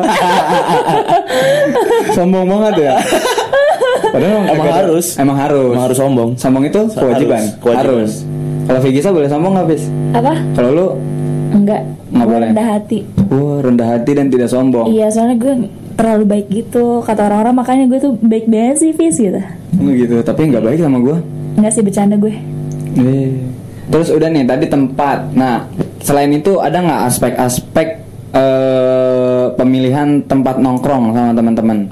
Speaker 6: Sombong banget ya. Padahal emang harus sombong. Sombong itu kewajiban. Harus. Kalau Vigisa boleh sombong nggak, Vis?
Speaker 3: Apa?
Speaker 6: Kalau lu
Speaker 3: nggak boleh. Rendah hati.
Speaker 6: Rendah hati dan tidak sombong.
Speaker 3: Iya, soalnya gue terlalu baik gitu kata orang-orang, makanya gue tuh baik banget sih, Vis gitu.
Speaker 6: Gitu, tapi nggak baik sama gue.
Speaker 3: Nggak sih, bercanda gue.
Speaker 6: Terus udah nih tadi tempat. Nah, selain itu ada nggak aspek-aspek pemilihan tempat nongkrong sama teman-teman?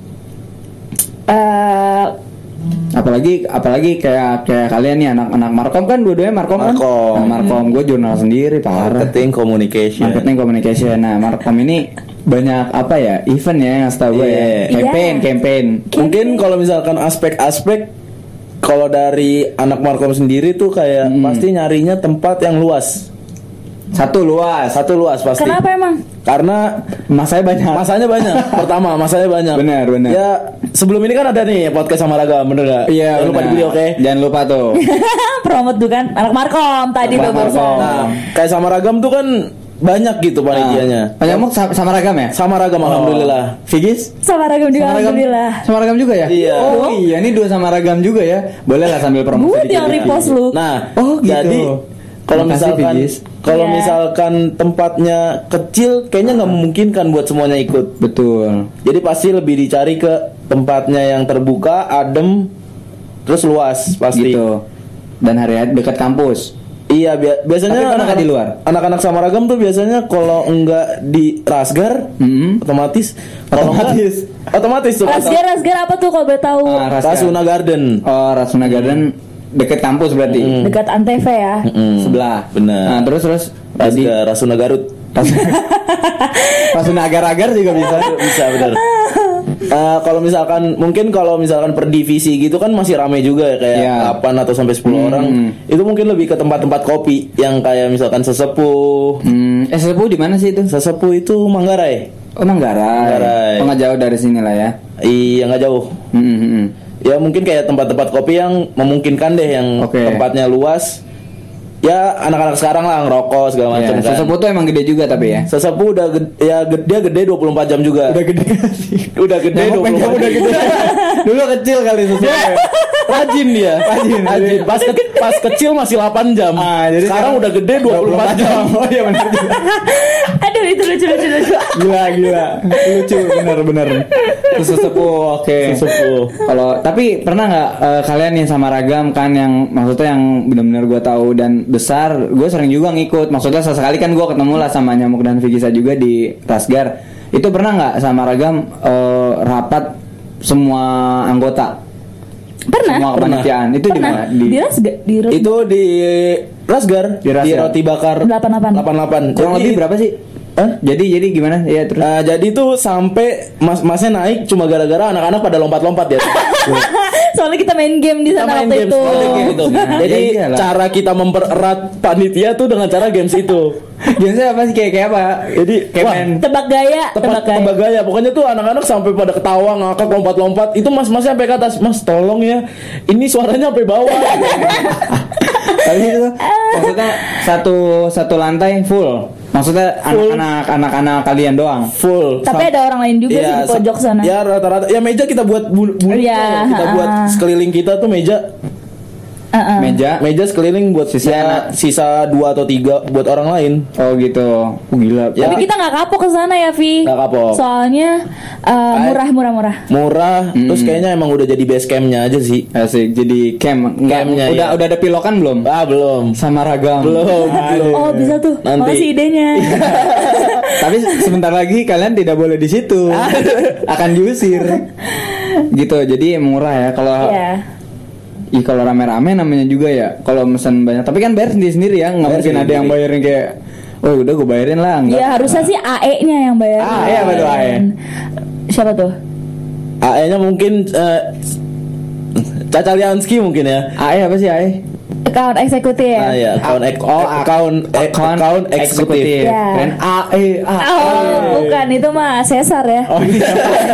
Speaker 6: Apalagi kayak kalian nih anak Markom kan, dua-duanya Markom kan? Markom, gue jurnal sendiri, parah.
Speaker 7: Marketing communication. Nah,
Speaker 6: Markom ini banyak apa ya, event ya yang setahu gue ya. Campaign. Mungkin
Speaker 7: kalau misalkan aspek-aspek, kalau dari anak Markom sendiri tuh kayak pasti nyarinya tempat yang luas. Satu luas pasti.
Speaker 3: Kenapa emang?
Speaker 7: Karena masanya banyak. Pertama, masanya banyak.
Speaker 6: Benar.
Speaker 7: Ya, sebelum ini kan ada nih podcast sama Ragam, bener gak?
Speaker 6: Iya.
Speaker 7: Jangan lupa dibeli, oke?
Speaker 6: Jangan lupa tuh.
Speaker 3: Promote tuh kan anak Markom tadi tuh barusan.
Speaker 7: Nah, kayak sama Ragam tuh kan banyak gitu panitianya.
Speaker 6: Nyamuk sama Ragam ya?
Speaker 7: Sama Ragam, alhamdulillah.
Speaker 6: Vigis?
Speaker 3: Sama Ragam juga, alhamdulillah.
Speaker 6: Sama Ragam juga ya?
Speaker 7: Iya.
Speaker 6: Iya, ini dua sama Ragam juga ya. Boleh lah sambil promosi.
Speaker 3: Gue yang repost lu.
Speaker 7: Nah,
Speaker 6: gitu.
Speaker 7: Jadi kalau misalkan tempatnya kecil, kayaknya nggak memungkinkan buat semuanya ikut.
Speaker 6: Betul.
Speaker 7: Jadi pasti lebih dicari ke tempatnya yang terbuka, adem, terus luas pasti.
Speaker 6: Gitu. Dan hari-hari dekat kampus.
Speaker 7: Iya, biasanya
Speaker 6: anak-anak di luar.
Speaker 7: Anak-anak sama Ragam tuh biasanya kalau enggak di Rasgar, otomatis tuh.
Speaker 3: Rasgar apa tuh kalau boleh tahu?
Speaker 7: Rasuna Garden.
Speaker 6: Oh, Rasuna Garden. Dekat kampus berarti.
Speaker 3: Dekat Antv ya.
Speaker 6: Sebelah.
Speaker 7: Benar.
Speaker 6: Nah, terus
Speaker 7: Rasuna Garut.
Speaker 6: Rasuna agar-agar juga bisa.
Speaker 7: Bisa benar. Kalau misalkan per divisi gitu kan masih ramai juga ya, kayak 8 atau sampai 10 orang. Itu mungkin lebih ke tempat-tempat kopi yang kayak misalkan Sesepuh.
Speaker 6: Sesepuh di mana sih itu?
Speaker 7: Sesepuh itu Manggarai.
Speaker 6: Oh, Manggarai. Oh, nggak jauh dari sini lah ya.
Speaker 7: Iya, nggak jauh. Ya mungkin kayak tempat-tempat kopi yang memungkinkan deh, yang tempatnya luas. ya anak-anak sekarang lah ngerokok segala macam kan.
Speaker 6: Sesepuh tuh emang gede juga tapi ya.
Speaker 7: Sesepuh udah dia gede 24 jam juga.
Speaker 6: Udah gede sih.
Speaker 7: Udah gede 24 jam.
Speaker 6: Udah gede. Dulu kecil kali sesepuh.
Speaker 7: Rajin dia. Rajin. Pas kecil masih 8 jam. Jadi sekarang udah gede 24 jam.
Speaker 6: Oh iya benar juga.
Speaker 3: Aduh itu lucu.
Speaker 6: Gila. Lucu bener. Sesepuh oke.
Speaker 7: Sesepuh.
Speaker 6: Kalau tapi pernah nggak kalian yang sama Ragam kan yang maksudnya yang benar-benar gue tahu dan besar, gue sering juga ngikut. Maksudnya sesekali kan gue ketemu lah sama Nyamuk dan Vigisa juga di Rasgar. Itu pernah nggak sama Ragam rapat semua anggota?
Speaker 3: Pernah.
Speaker 6: Semua kepanitiaan. Itu di mana?
Speaker 7: Itu di Rasgar. Di Roti Bakar 88.
Speaker 6: Kurang lebih berapa sih? Jadi gimana? Ya terus.
Speaker 7: Jadi tuh sampai masnya naik cuma gara-gara anak-anak pada lompat-lompat ya.
Speaker 3: Soalnya kita main game di sana waktu itu.
Speaker 7: Jadi cara kita mempererat panitia tuh dengan cara games itu.
Speaker 6: Gamesnya apa sih kayak apa? Jadi kayak main
Speaker 3: tebak gaya.
Speaker 7: Pokoknya tuh anak-anak sampai pada ketawa ngakak lompat-lompat. Itu mas-masnya sampai ke atas. Mas tolong ya. Ini suaranya sampai bawah.
Speaker 6: Tapi itu maksudnya satu lantai full. Maksudnya anak-anak kalian doang.
Speaker 7: Full.
Speaker 3: Tapi ada orang lain juga sih di pojok sana.
Speaker 7: Ya rata-rata. Ya meja kita buat kita buat sekeliling kita tuh meja. Meja sekeliling buat sisa 2 atau 3 buat orang lain. Oh gitu. Gila.
Speaker 3: Ya. Tapi kita nggak kapok ke sana ya, Vi.
Speaker 7: Nggak kapok.
Speaker 3: Soalnya murah.
Speaker 7: Terus kayaknya emang udah jadi base campnya aja sih.
Speaker 6: Asik. Jadi campnya. Udah ada pilokan belum?
Speaker 7: Belum.
Speaker 6: Sama Ragam.
Speaker 7: Belum.
Speaker 3: Oh bisa tuh.
Speaker 7: Nanti.
Speaker 3: Makasih idenya.
Speaker 6: Tapi sebentar lagi kalian tidak boleh di situ. Akan diusir. Gitu. Jadi murah ya kalau. Kalau rame-rame namanya juga ya. Kalau pesan banyak, tapi kan bayar sendiri ya. Nggak mungkin ada yang bayarin kayak, oh udah gue bayarin lah.
Speaker 3: Iya harusnya sih AE-nya yang bayarin.
Speaker 6: AE apa tuh AE?
Speaker 3: Siapa tuh?
Speaker 7: AE-nya mungkin Caca Lianski mungkin ya.
Speaker 6: AE apa sih AE?
Speaker 3: Account eksekutif.
Speaker 7: Account eksekutif.
Speaker 6: Dan AE.
Speaker 3: Oh bukan, itu mah Cesar ya.
Speaker 6: Oh iya.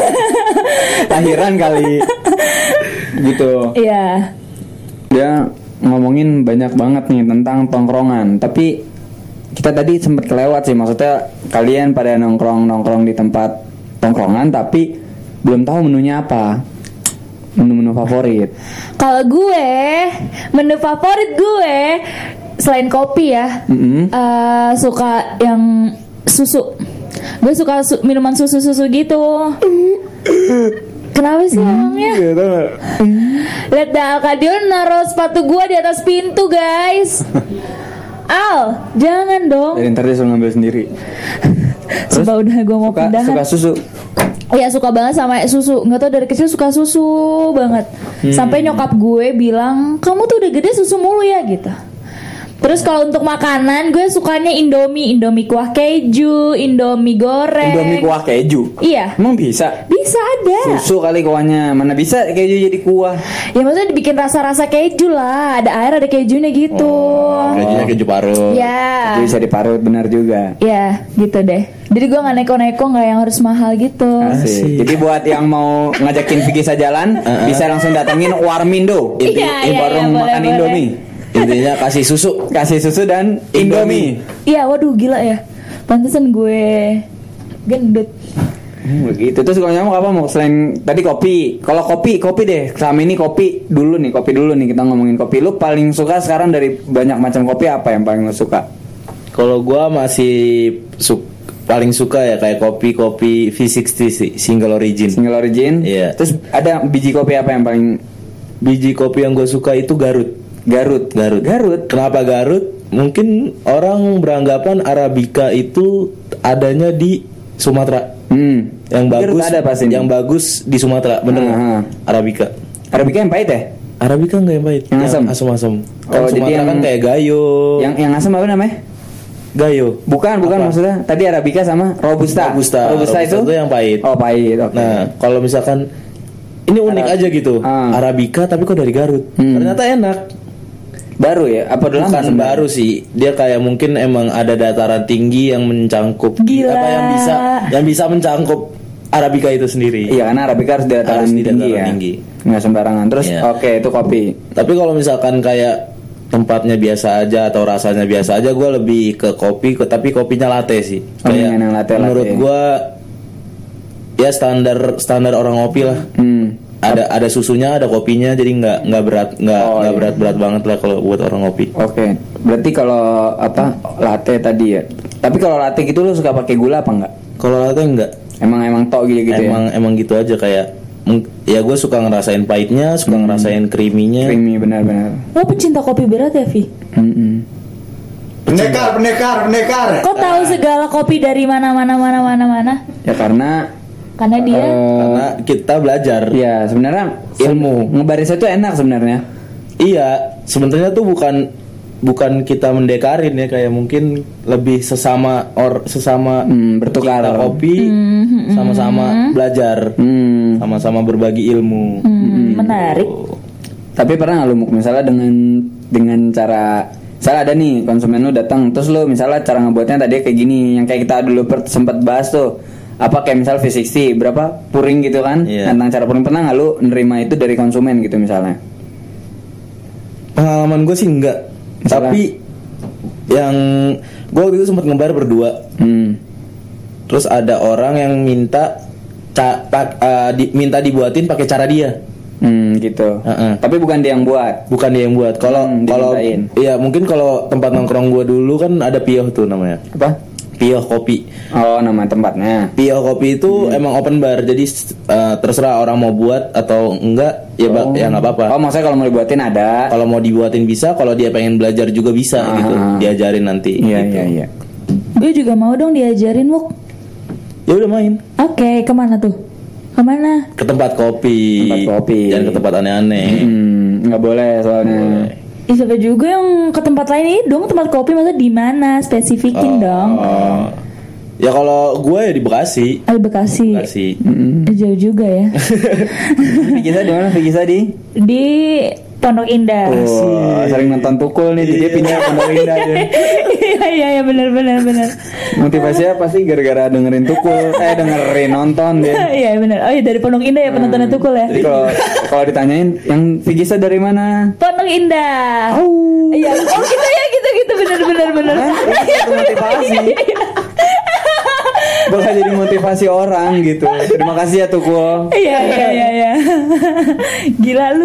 Speaker 6: Lahiran kali. Gitu.
Speaker 3: Iya.
Speaker 6: Dia ngomongin banyak banget nih tentang tongkrongan. Tapi kita tadi sempat kelewat sih. Maksudnya kalian pada nongkrong di tempat tongkrongan tapi belum tahu menunya apa. Menu-menu favorit.
Speaker 3: Kalau gue, menu favorit gue selain kopi ya, suka yang susu. Gue suka minuman susu gitu. Kenapa sih emangnya? Lihat dah Alkadion naruh sepatu gue di atas pintu guys. Al, jangan dong.
Speaker 6: Jadi ntar dia suruh ngambil sendiri.
Speaker 3: Sumpah udah gue mau pindahan.
Speaker 6: Suka susu.
Speaker 3: Iya suka banget sama susu. Nggak tau dari kecil suka susu banget. Sampai nyokap gue bilang, kamu tuh udah gede susu mulu ya gitu. Terus kalau untuk makanan gue sukanya Indomie kuah keju, Indomie goreng.
Speaker 6: Indomie kuah keju?
Speaker 3: Iya.
Speaker 6: Emang bisa?
Speaker 3: Bisa ada.
Speaker 6: Susu kali kuahnya, mana bisa keju jadi kuah?
Speaker 3: Ya maksudnya dibikin rasa-rasa keju lah. Ada air, ada kejunya gitu.
Speaker 7: Kejunya keju parut.
Speaker 3: Ya.
Speaker 6: Keju bisa diparut, benar juga.
Speaker 3: Ya gitu deh. Jadi gue gak neko-neko, gak yang harus mahal gitu.
Speaker 6: Asik. Jadi buat yang mau ngajakin Vigisa jalan, bisa langsung datengin Warmindo. Warung makan Indomie.
Speaker 7: Intinya kasih susu
Speaker 6: dan Indomie.
Speaker 3: Iya, waduh gila ya. Pantesan gue gendut.
Speaker 6: Begitu. Terus kalau nyamuk apa mau selain tadi kopi? Kalau kopi deh. Selama ini kopi dulu nih kita ngomongin kopi. Lu paling suka sekarang dari banyak macam kopi apa yang paling lu suka?
Speaker 7: Kalau gua masih paling suka ya kayak kopi V60 sih, single origin. Iya.
Speaker 6: Terus ada biji kopi apa yang paling?
Speaker 7: Biji kopi yang gue suka itu Garut. Kenapa Garut? Mungkin orang beranggapan Arabica itu adanya di Sumatera. Yang bagus di Sumatera, bener. Arabica
Speaker 6: yang pahit ya?
Speaker 7: Arabica enggak yang pahit.
Speaker 6: Yang
Speaker 7: asam.
Speaker 6: Oh, jadi yang
Speaker 7: kan kayak Gayo.
Speaker 6: Yang asam apa namanya?
Speaker 7: Gayo.
Speaker 6: Bukan maksudnya. Tadi Arabica sama Robusta itu
Speaker 7: yang pahit.
Speaker 6: Oh, pahit. Okay.
Speaker 7: Nah, kalau misalkan ini unik aja gitu. Arabica tapi kok dari Garut. Ternyata enak.
Speaker 6: Baru ya? Apa dulu?
Speaker 7: Bukan baru sih. Dia kayak mungkin emang ada dataran tinggi yang mencangkup.
Speaker 3: Gila.
Speaker 7: Yang bisa mencangkup Arabica itu sendiri.
Speaker 6: Iya, karena Arabica harus di dataran tinggi ya. Nggak sembarangan. Terus oke, itu kopi.
Speaker 7: Tapi kalau misalkan kayak tempatnya biasa aja atau rasanya biasa aja, gue lebih ke kopi, tapi kopinya latte sih. Kayak menurut gue ya standar orang ngopi lah. Ada susunya, ada kopinya, jadi nggak berat banget lah kalau buat orang ngopi.
Speaker 6: Oke. Berarti kalau latte tadi ya. Tapi kalau latte gitu lo suka pakai gula apa enggak?
Speaker 7: Kalau latte enggak.
Speaker 6: Emang tok gitu
Speaker 7: Emang gitu aja kayak. Ya gue suka ngerasain pahitnya, suka ngerasain creamy-nya.
Speaker 6: Creamy benar-benar.
Speaker 3: Lo pecinta kopi berat ya, Vi?
Speaker 8: Pendekar.
Speaker 3: Kok tahu segala kopi dari mana?
Speaker 6: Ya karena
Speaker 3: dia
Speaker 7: karena kita belajar.
Speaker 6: Iya, sebenarnya ilmu ngebarisnya tuh enak sebenarnya.
Speaker 7: Iya, sebenarnya tuh bukan kita mendekarin ya, kayak mungkin lebih sesama bertukar kopi, sama-sama belajar, sama-sama berbagi ilmu.
Speaker 3: Menarik.
Speaker 6: Tapi pernah nggak lu misalnya dengan cara, misalnya ada nih konsumen lu datang, terus lu misalnya cara ngebuatnya tadi kayak gini, yang kayak kita dulu sempat bahas tuh, apa kayak misal V60 berapa puring gitu kan, tentang cara puring, pernah nggak lu nerima itu dari konsumen gitu misalnya?
Speaker 7: Pengalaman gue sih enggak. Tapi yang gue waktu itu sempat ngebar berdua. Terus ada orang yang minta dibuatin pakai cara dia.
Speaker 6: Gitu. Tapi bukan dia yang buat. Kalau iya mungkin kalau tempat nongkrong gue dulu kan ada Pioh tuh namanya.
Speaker 7: Apa? Pioh Kopi.
Speaker 6: Oh, nama tempatnya.
Speaker 7: Pioh Kopi itu emang open bar, jadi terserah orang mau buat atau enggak ya nggak apa-apa.
Speaker 6: Oh, maksudnya kalau mau dibuatin ada.
Speaker 7: Kalau mau dibuatin bisa, kalau dia pengen belajar juga bisa gitu. Diajarin nanti.
Speaker 6: Iya,
Speaker 7: gitu.
Speaker 6: iya.
Speaker 3: Gue juga mau dong diajarin, Wuk.
Speaker 7: Ya udah main.
Speaker 3: Oke, kemana tuh? Kemana?
Speaker 7: Ke tempat kopi. Jangan ke tempat aneh-aneh.
Speaker 6: Nggak boleh soalnya.
Speaker 3: Siapa juga yang ke tempat lain ini dong, tempat kopi maksudnya di mana? Spesifikin dong.
Speaker 7: Ya kalau gue ya di Bekasi.
Speaker 3: Di Bekasi. Jauh juga ya.
Speaker 6: Vigisa di mana? Vigisa di
Speaker 3: Pondok Indah.
Speaker 6: Sering nonton Tukul nih, dia pindah Pondok Indah aja.
Speaker 3: Iya benar.
Speaker 6: Motivasinya pasti gara-gara dengerin Tukul, dengerin nonton dia.
Speaker 3: Iya benar. Oh iya, dari Pondok Indah ya penontonnya Tukul ya.
Speaker 6: Jadi kalau ditanyain yang Vigisa dari mana?
Speaker 3: Pondok Indah. Iya. Oh gitu benar.
Speaker 6: Itu motivasi. Bakal jadi motivasi orang gitu. Terima kasih ya Tukul.
Speaker 3: Iya. Gila lu.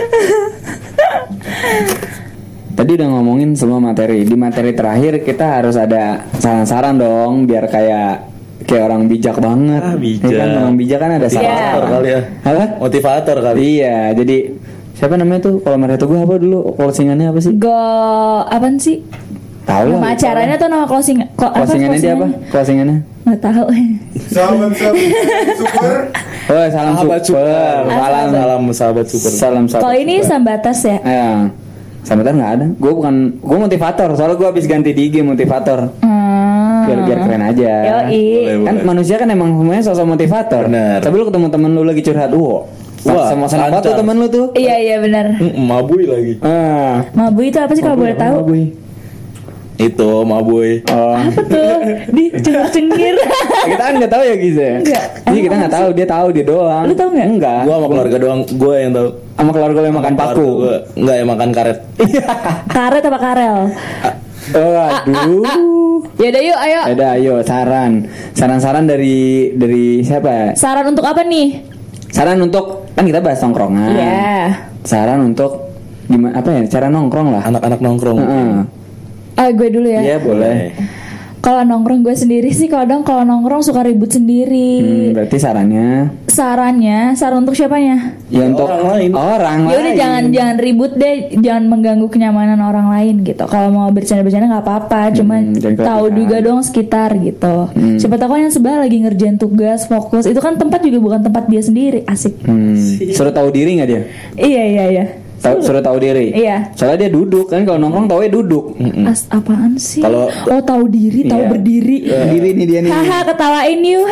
Speaker 6: Tadi udah ngomongin semua materi. Di materi terakhir kita harus ada saran-saran dong, biar kayak orang bijak banget.
Speaker 7: Bijak.
Speaker 6: Kan orang bijak kan ada
Speaker 7: motivator kali ya.
Speaker 6: Apa?
Speaker 7: Motivator kali.
Speaker 6: Iya, jadi siapa namanya tuh? Kalau mereka gue apa dulu? Closingannya apa sih?
Speaker 3: Apaan sih?
Speaker 6: Tahu lah.
Speaker 3: Nama acaranya tuh nama
Speaker 6: closingannya dia apa? Closingannya?
Speaker 3: Nggak tahu.
Speaker 8: Sahabat super.
Speaker 6: Oh, salam super.
Speaker 7: Salam sahabat super.
Speaker 6: Salam sahabat.
Speaker 3: Kalau ini Sambatas ya?
Speaker 6: Iya. Sambatas nggak ada. Gue motivator. Soalnya gue habis ganti di IG motivator. Biar keren aja.
Speaker 3: Yoi.
Speaker 6: Kan manusia kan emang semuanya sosok motivator.
Speaker 7: Bener.
Speaker 6: Tapi lu ketemu temen lu lagi curhat, sama senang banget tuh temen lu tuh.
Speaker 3: Iya benar.
Speaker 7: Mabui lagi.
Speaker 3: Mabui itu apa sih kalau boleh tahu?
Speaker 6: Mabui.
Speaker 7: Itu Mabui.
Speaker 3: Apa tuh? Cengir.
Speaker 6: Kita kan nggak tahu ya Giza.
Speaker 3: Enggak.
Speaker 6: Jadi kita nggak tahu, dia tahu dia doang.
Speaker 3: Lu tahu nggak?
Speaker 6: Enggak.
Speaker 7: Gua sama keluarga doang, gua yang tahu.
Speaker 6: Sama keluarga lu yang makan paku.
Speaker 7: Enggak, yang makan karet.
Speaker 3: Karet apa karel?
Speaker 6: Aduh.
Speaker 3: Yaudah yuk, ayo.
Speaker 6: Ayo saran-saran dari siapa?
Speaker 3: Saran untuk apa nih?
Speaker 6: Saran untuk, kan kita bahas nongkrongan.
Speaker 3: Iya.
Speaker 6: Saran untuk gimana, apa ya, cara nongkrong lah.
Speaker 7: Anak-anak nongkrong.
Speaker 3: Gue dulu ya.
Speaker 6: Iya boleh.
Speaker 3: Kalau nongkrong gue sendiri sih kadang kalau nongkrong suka ribut sendiri.
Speaker 6: Berarti saran untuk siapanya? Ya untuk orang lain.
Speaker 3: Ya udah jangan ribut deh, jangan mengganggu kenyamanan orang lain gitu. Kalau mau bercanda-bercanda nggak apa-apa, cuman tahu juga dong sekitar gitu. Siapa tahu kan yang sebelah lagi ngerjain tugas, fokus. Itu kan tempat juga bukan tempat dia sendiri, asik.
Speaker 6: Suruh tahu diri nggak dia?
Speaker 3: Iya.
Speaker 6: Suruh tahu diri.
Speaker 3: Iya.
Speaker 6: Soalnya dia duduk kan, kalau nongkrong taunya duduk.
Speaker 3: Apaan sih?
Speaker 7: Kalau
Speaker 3: tahu diri, tahu berdiri.
Speaker 6: Berdiri nih dia nih.
Speaker 3: Haha, ketawain yuk.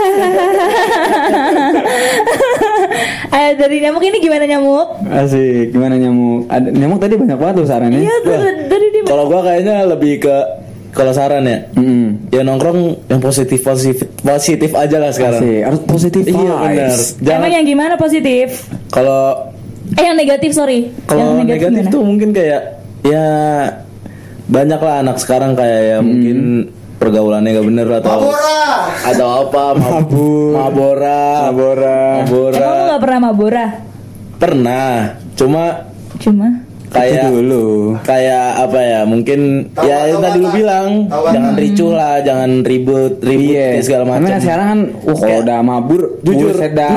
Speaker 3: Ayo dari Nyamuk ini gimana Nyamuk?
Speaker 6: Asik, gimana Nyamuk? Nyamuk tadi banyak banget tuh sarannya.
Speaker 3: Iya, tadi dia.
Speaker 7: Kalau gua kayaknya lebih ke kalau saran ya. Ya nongkrong yang positif aja lah sekarang.
Speaker 6: Asik, harus positif.
Speaker 7: Iya benar.
Speaker 3: Emang yang gimana positif?
Speaker 7: Kalau
Speaker 3: yang negatif, sorry.
Speaker 7: Kalau negatif tuh mungkin kayak Ya banyak lah anak sekarang kayak ya mungkin pergaulannya gak bener atau apa Mabora.
Speaker 3: Emang lu gak pernah Mabora?
Speaker 7: Pernah, cuma kayak
Speaker 6: dulu.
Speaker 7: Kayak apa ya, mungkin ya yang tadi lu bilang jangan ricuh lah, jangan ribut segala macam.
Speaker 6: Karena sekarang kan kalau udah mabur
Speaker 7: jujur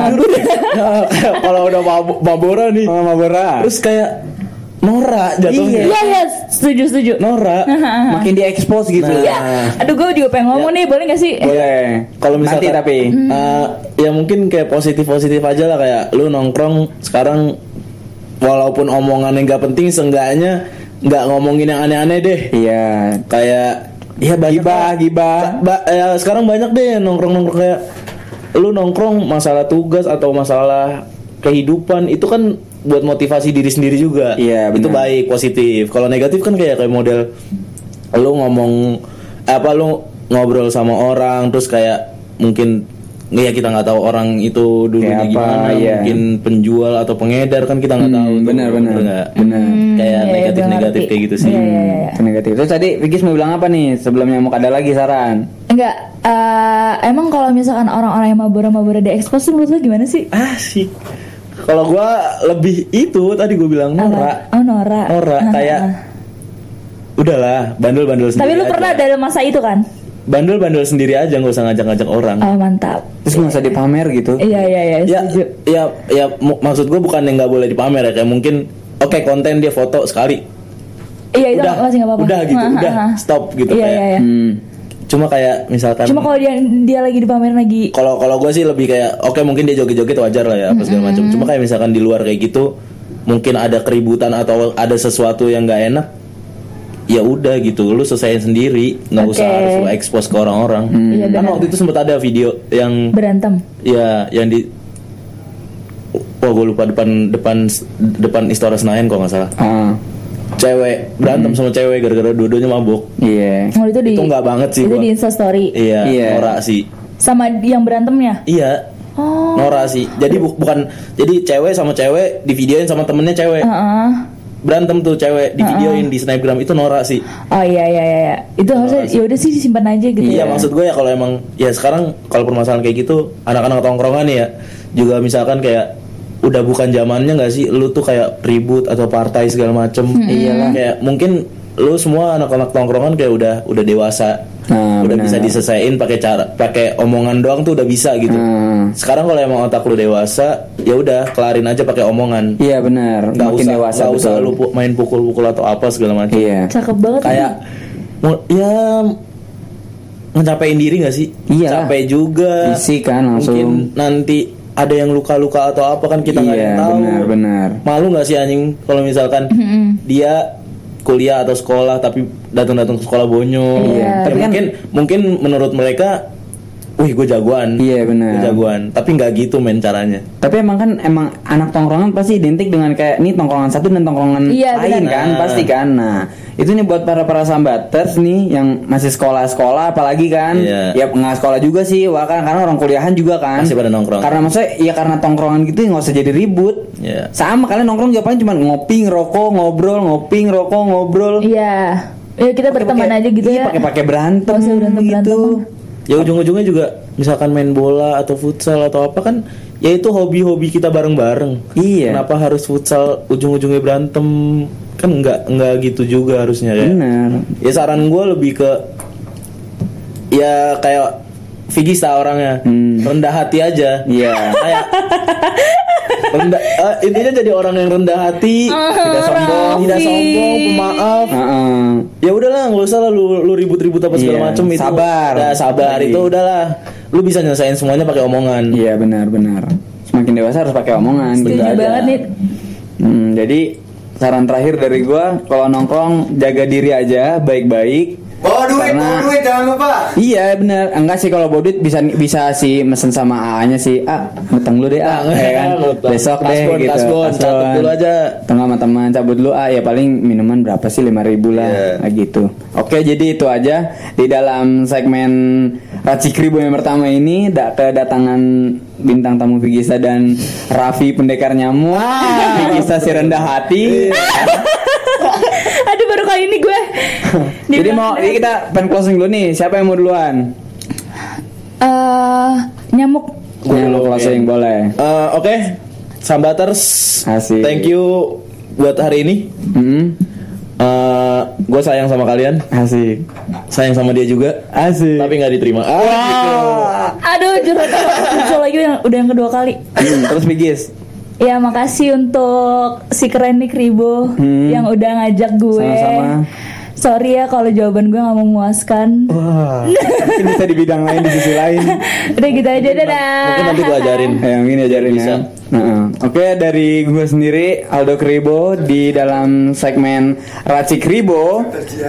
Speaker 7: kalau udah Mabora nih terus kayak norak jatuhnya.
Speaker 3: Iya, setuju.
Speaker 7: Norak
Speaker 6: makin diekspos gitu.
Speaker 3: Iya. Aduh, gue juga pengen ngomong nih, boleh gak sih?
Speaker 6: Boleh.
Speaker 7: Kalau misalkan
Speaker 6: nanti tapi
Speaker 7: ya mungkin kayak positif aja lah, kayak lu nongkrong sekarang walaupun omongan yang gak penting, seenggaknya nggak ngomongin yang aneh-aneh deh.
Speaker 6: Iya.
Speaker 7: Kayak ya banyak gibah. Ya sekarang banyak deh nongkrong kayak lu nongkrong masalah tugas atau masalah kehidupan, itu kan buat motivasi diri sendiri juga.
Speaker 6: Iya,
Speaker 7: itu baik, positif. Kalau negatif kan kayak model lu ngomong lu ngobrol sama orang terus kayak mungkin ya kita nggak tahu orang itu dulunya gimana, mungkin penjual atau pengedar kan kita nggak tahu.
Speaker 6: Benar.
Speaker 7: Kayak negatif kayak gitu sih.
Speaker 6: Negatif. Terus tadi Vigis mau bilang apa nih sebelumnya, mau ada lagi saran?
Speaker 3: Enggak. Emang kalau misalkan orang-orang yang mabura diekspos tuh menurut lu gimana sih?
Speaker 7: Asik. Kalau gua lebih itu tadi gua bilang norak. Norak kayak udahlah, bandel-bandel sendiri.
Speaker 3: Tapi lu pernah dalam masa itu kan?
Speaker 7: Bandel-bandel sendiri aja, nggak usah ngajak-ngajak orang.
Speaker 3: Oh, mantap.
Speaker 6: Terus nggak usah dipamer gitu.
Speaker 3: Iya, setuju.
Speaker 7: Ya, maksud gue bukan yang nggak boleh dipamer ya, kayak mungkin konten dia foto sekali.
Speaker 3: Iya, itu masih nggak apa-apa.
Speaker 7: Udah gitu, stop gitu.
Speaker 3: Iya.
Speaker 7: Cuma kayak misalkan.
Speaker 3: Cuma kalau dia lagi dipamerin lagi.
Speaker 7: Kalau gue sih lebih kayak mungkin dia joget-joget wajar lah ya, apa segala macam. Cuma kayak misalkan di luar kayak gitu, mungkin ada keributan atau ada sesuatu yang nggak enak. Ya udah gitu, lu selesaiin sendiri, nggak usah harus lu expose ke orang-orang. Kan waktu itu sempat ada video yang
Speaker 3: berantem.
Speaker 7: Ya, yang di gue lupa depan Istora Senayan kalau nggak salah. Cewek berantem sama cewek gara-gara dua-duanya mabuk.
Speaker 6: Iya.
Speaker 3: Oh, itu
Speaker 7: nggak banget sih.
Speaker 3: Itu di Instastory.
Speaker 7: Iya. Norak sih.
Speaker 3: Sama yang berantemnya.
Speaker 7: Iya. Norak sih. Jadi jadi cewek sama cewek di videoin sama temennya cewek. Berantem tuh cewek di videoin di snapgram, itu norak sih.
Speaker 3: Oh iya. Itu harusnya ya udah sih disimpan aja gitu.
Speaker 7: Iya, maksud gue ya kalau emang ya sekarang kalau permasalahan kayak gitu anak-anak tongkrongan ya juga misalkan kayak udah bukan zamannya nggak sih lu tuh kayak ribut atau partai segala macem. Iyalah. Kayak mungkin lu semua anak-anak tongkrongan kayak udah dewasa. Udah bisa diselesaiin pakai omongan doang tuh udah bisa gitu. Sekarang kalau emang otak lu dewasa, ya udah kelarin aja pakai omongan.
Speaker 6: Iya benar.
Speaker 7: Makin dewasa. Gak usah lu main pukul-pukul atau apa segala macam.
Speaker 6: Iya.
Speaker 3: Cakep banget.
Speaker 7: Kayak ya ngecapein diri nggak sih?
Speaker 6: Iya.
Speaker 7: Capek juga.
Speaker 6: Isi kan langsung.
Speaker 7: Mungkin nanti ada yang luka-luka atau apa kan kita nggak tahu.
Speaker 6: Iya benar.
Speaker 7: Malu nggak sih anjing kalau misalkan dia kuliah atau sekolah tapi datang ke sekolah bonyol.
Speaker 6: Iya.
Speaker 7: Tapi kan mungkin menurut mereka, wih gue jagoan.
Speaker 6: Iya benar.
Speaker 7: Gue jagoan. Tapi nggak gitu men caranya.
Speaker 6: Tapi emang anak tongkrongan pasti identik dengan kayak nih tongkrongan satu dan tongkrongan lain kan, pasti kan. Nah itu nih buat para sambaters nih yang masih sekolah apalagi kan. Ya nggak sekolah juga sih, karena orang kuliahan juga kan.
Speaker 7: Masih pada nongkrong.
Speaker 6: Karena maksudnya ya karena tongkrongan gitu nggak usah jadi ribut. Sama kalian nongkrong juga paling cuma ngopi ngerokok ngobrol.
Speaker 3: Iya. Ya kita berteman aja gitu ya.
Speaker 6: Pakai berantem gitu.
Speaker 7: Ya ujung-ujungnya juga misalkan main bola atau futsal atau apa kan, ya itu hobi-hobi kita bareng-bareng.
Speaker 6: Iya.
Speaker 7: Kenapa harus futsal ujung-ujungnya berantem? Kan enggak gitu juga harusnya ya.
Speaker 6: Benar.
Speaker 7: Ya saran gue lebih ke ya kayak Vigis lah orangnya, rendah hati aja.
Speaker 6: Iya.
Speaker 7: Kayak intinya jadi orang yang rendah hati, tidak sombong, pemaaf. Ya udahlah, nggak usah lah lu ribut-ribut apa segala macem itu. Sabar itu udahlah. Lu bisa nyelesain semuanya pakai omongan.
Speaker 6: Iya benar. Semakin dewasa harus pakai omongan.
Speaker 3: Setuju banget nih.
Speaker 6: Jadi saran terakhir dari gua, kalau nongkrong jaga diri aja baik-baik.
Speaker 8: Bawa duit jangan lupa.
Speaker 6: Iya benar. Enggak sih kalau bawa duit bisa sih mesen sama A-nya sih. Ngutang lu deh kan. Besok deh gitu.
Speaker 7: Kasbon, cabut dulu aja.
Speaker 6: Tengah sama teman cabut dulu ya paling minuman berapa sih 5.000 lah gitu. Oke, jadi itu aja di dalam segmen Racikribo yang pertama ini kedatangan bintang tamu Vigisa dan Raffi pendekar nyamuk. Vigisa si rendah hati.
Speaker 3: kali ini gue.
Speaker 6: Jadi kita pen closing dulu nih. Siapa yang mau duluan?
Speaker 3: Nyamuk.
Speaker 6: Gue dulu closing boleh.
Speaker 7: Oke. Sambaters.
Speaker 6: Asik.
Speaker 7: Thank you buat hari ini. Gue sayang sama kalian.
Speaker 6: Asik.
Speaker 7: Sayang sama dia juga.
Speaker 6: Asik.
Speaker 7: Tapi nggak diterima. Gitu.
Speaker 3: Aduh, curhat muncul lagi yang kedua kali.
Speaker 6: Terus Bigis.
Speaker 3: Ya makasih untuk si keren nih Kribo yang udah ngajak gue.
Speaker 6: Sama-sama.
Speaker 3: Sorry ya kalau jawaban gue gak memuaskan.
Speaker 6: Wah, mungkin bisa di bidang lain, di sisi lain.
Speaker 3: Udah gitu aja, dadah.
Speaker 7: Mungkin nanti gue ajarin.
Speaker 6: Mungkin ajarin ya. Oke, dari gue sendiri Aldo Kribo di dalam segmen Racik Kribo.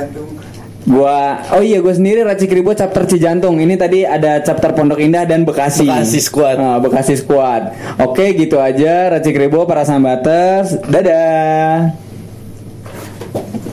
Speaker 6: Gue sendiri Racik Kribo chapter Cijantung. Ini tadi ada chapter Pondok Indah dan Bekasi. Bekasi Squad. Oke, gitu aja Racik Kribo para sambaters. Dadah.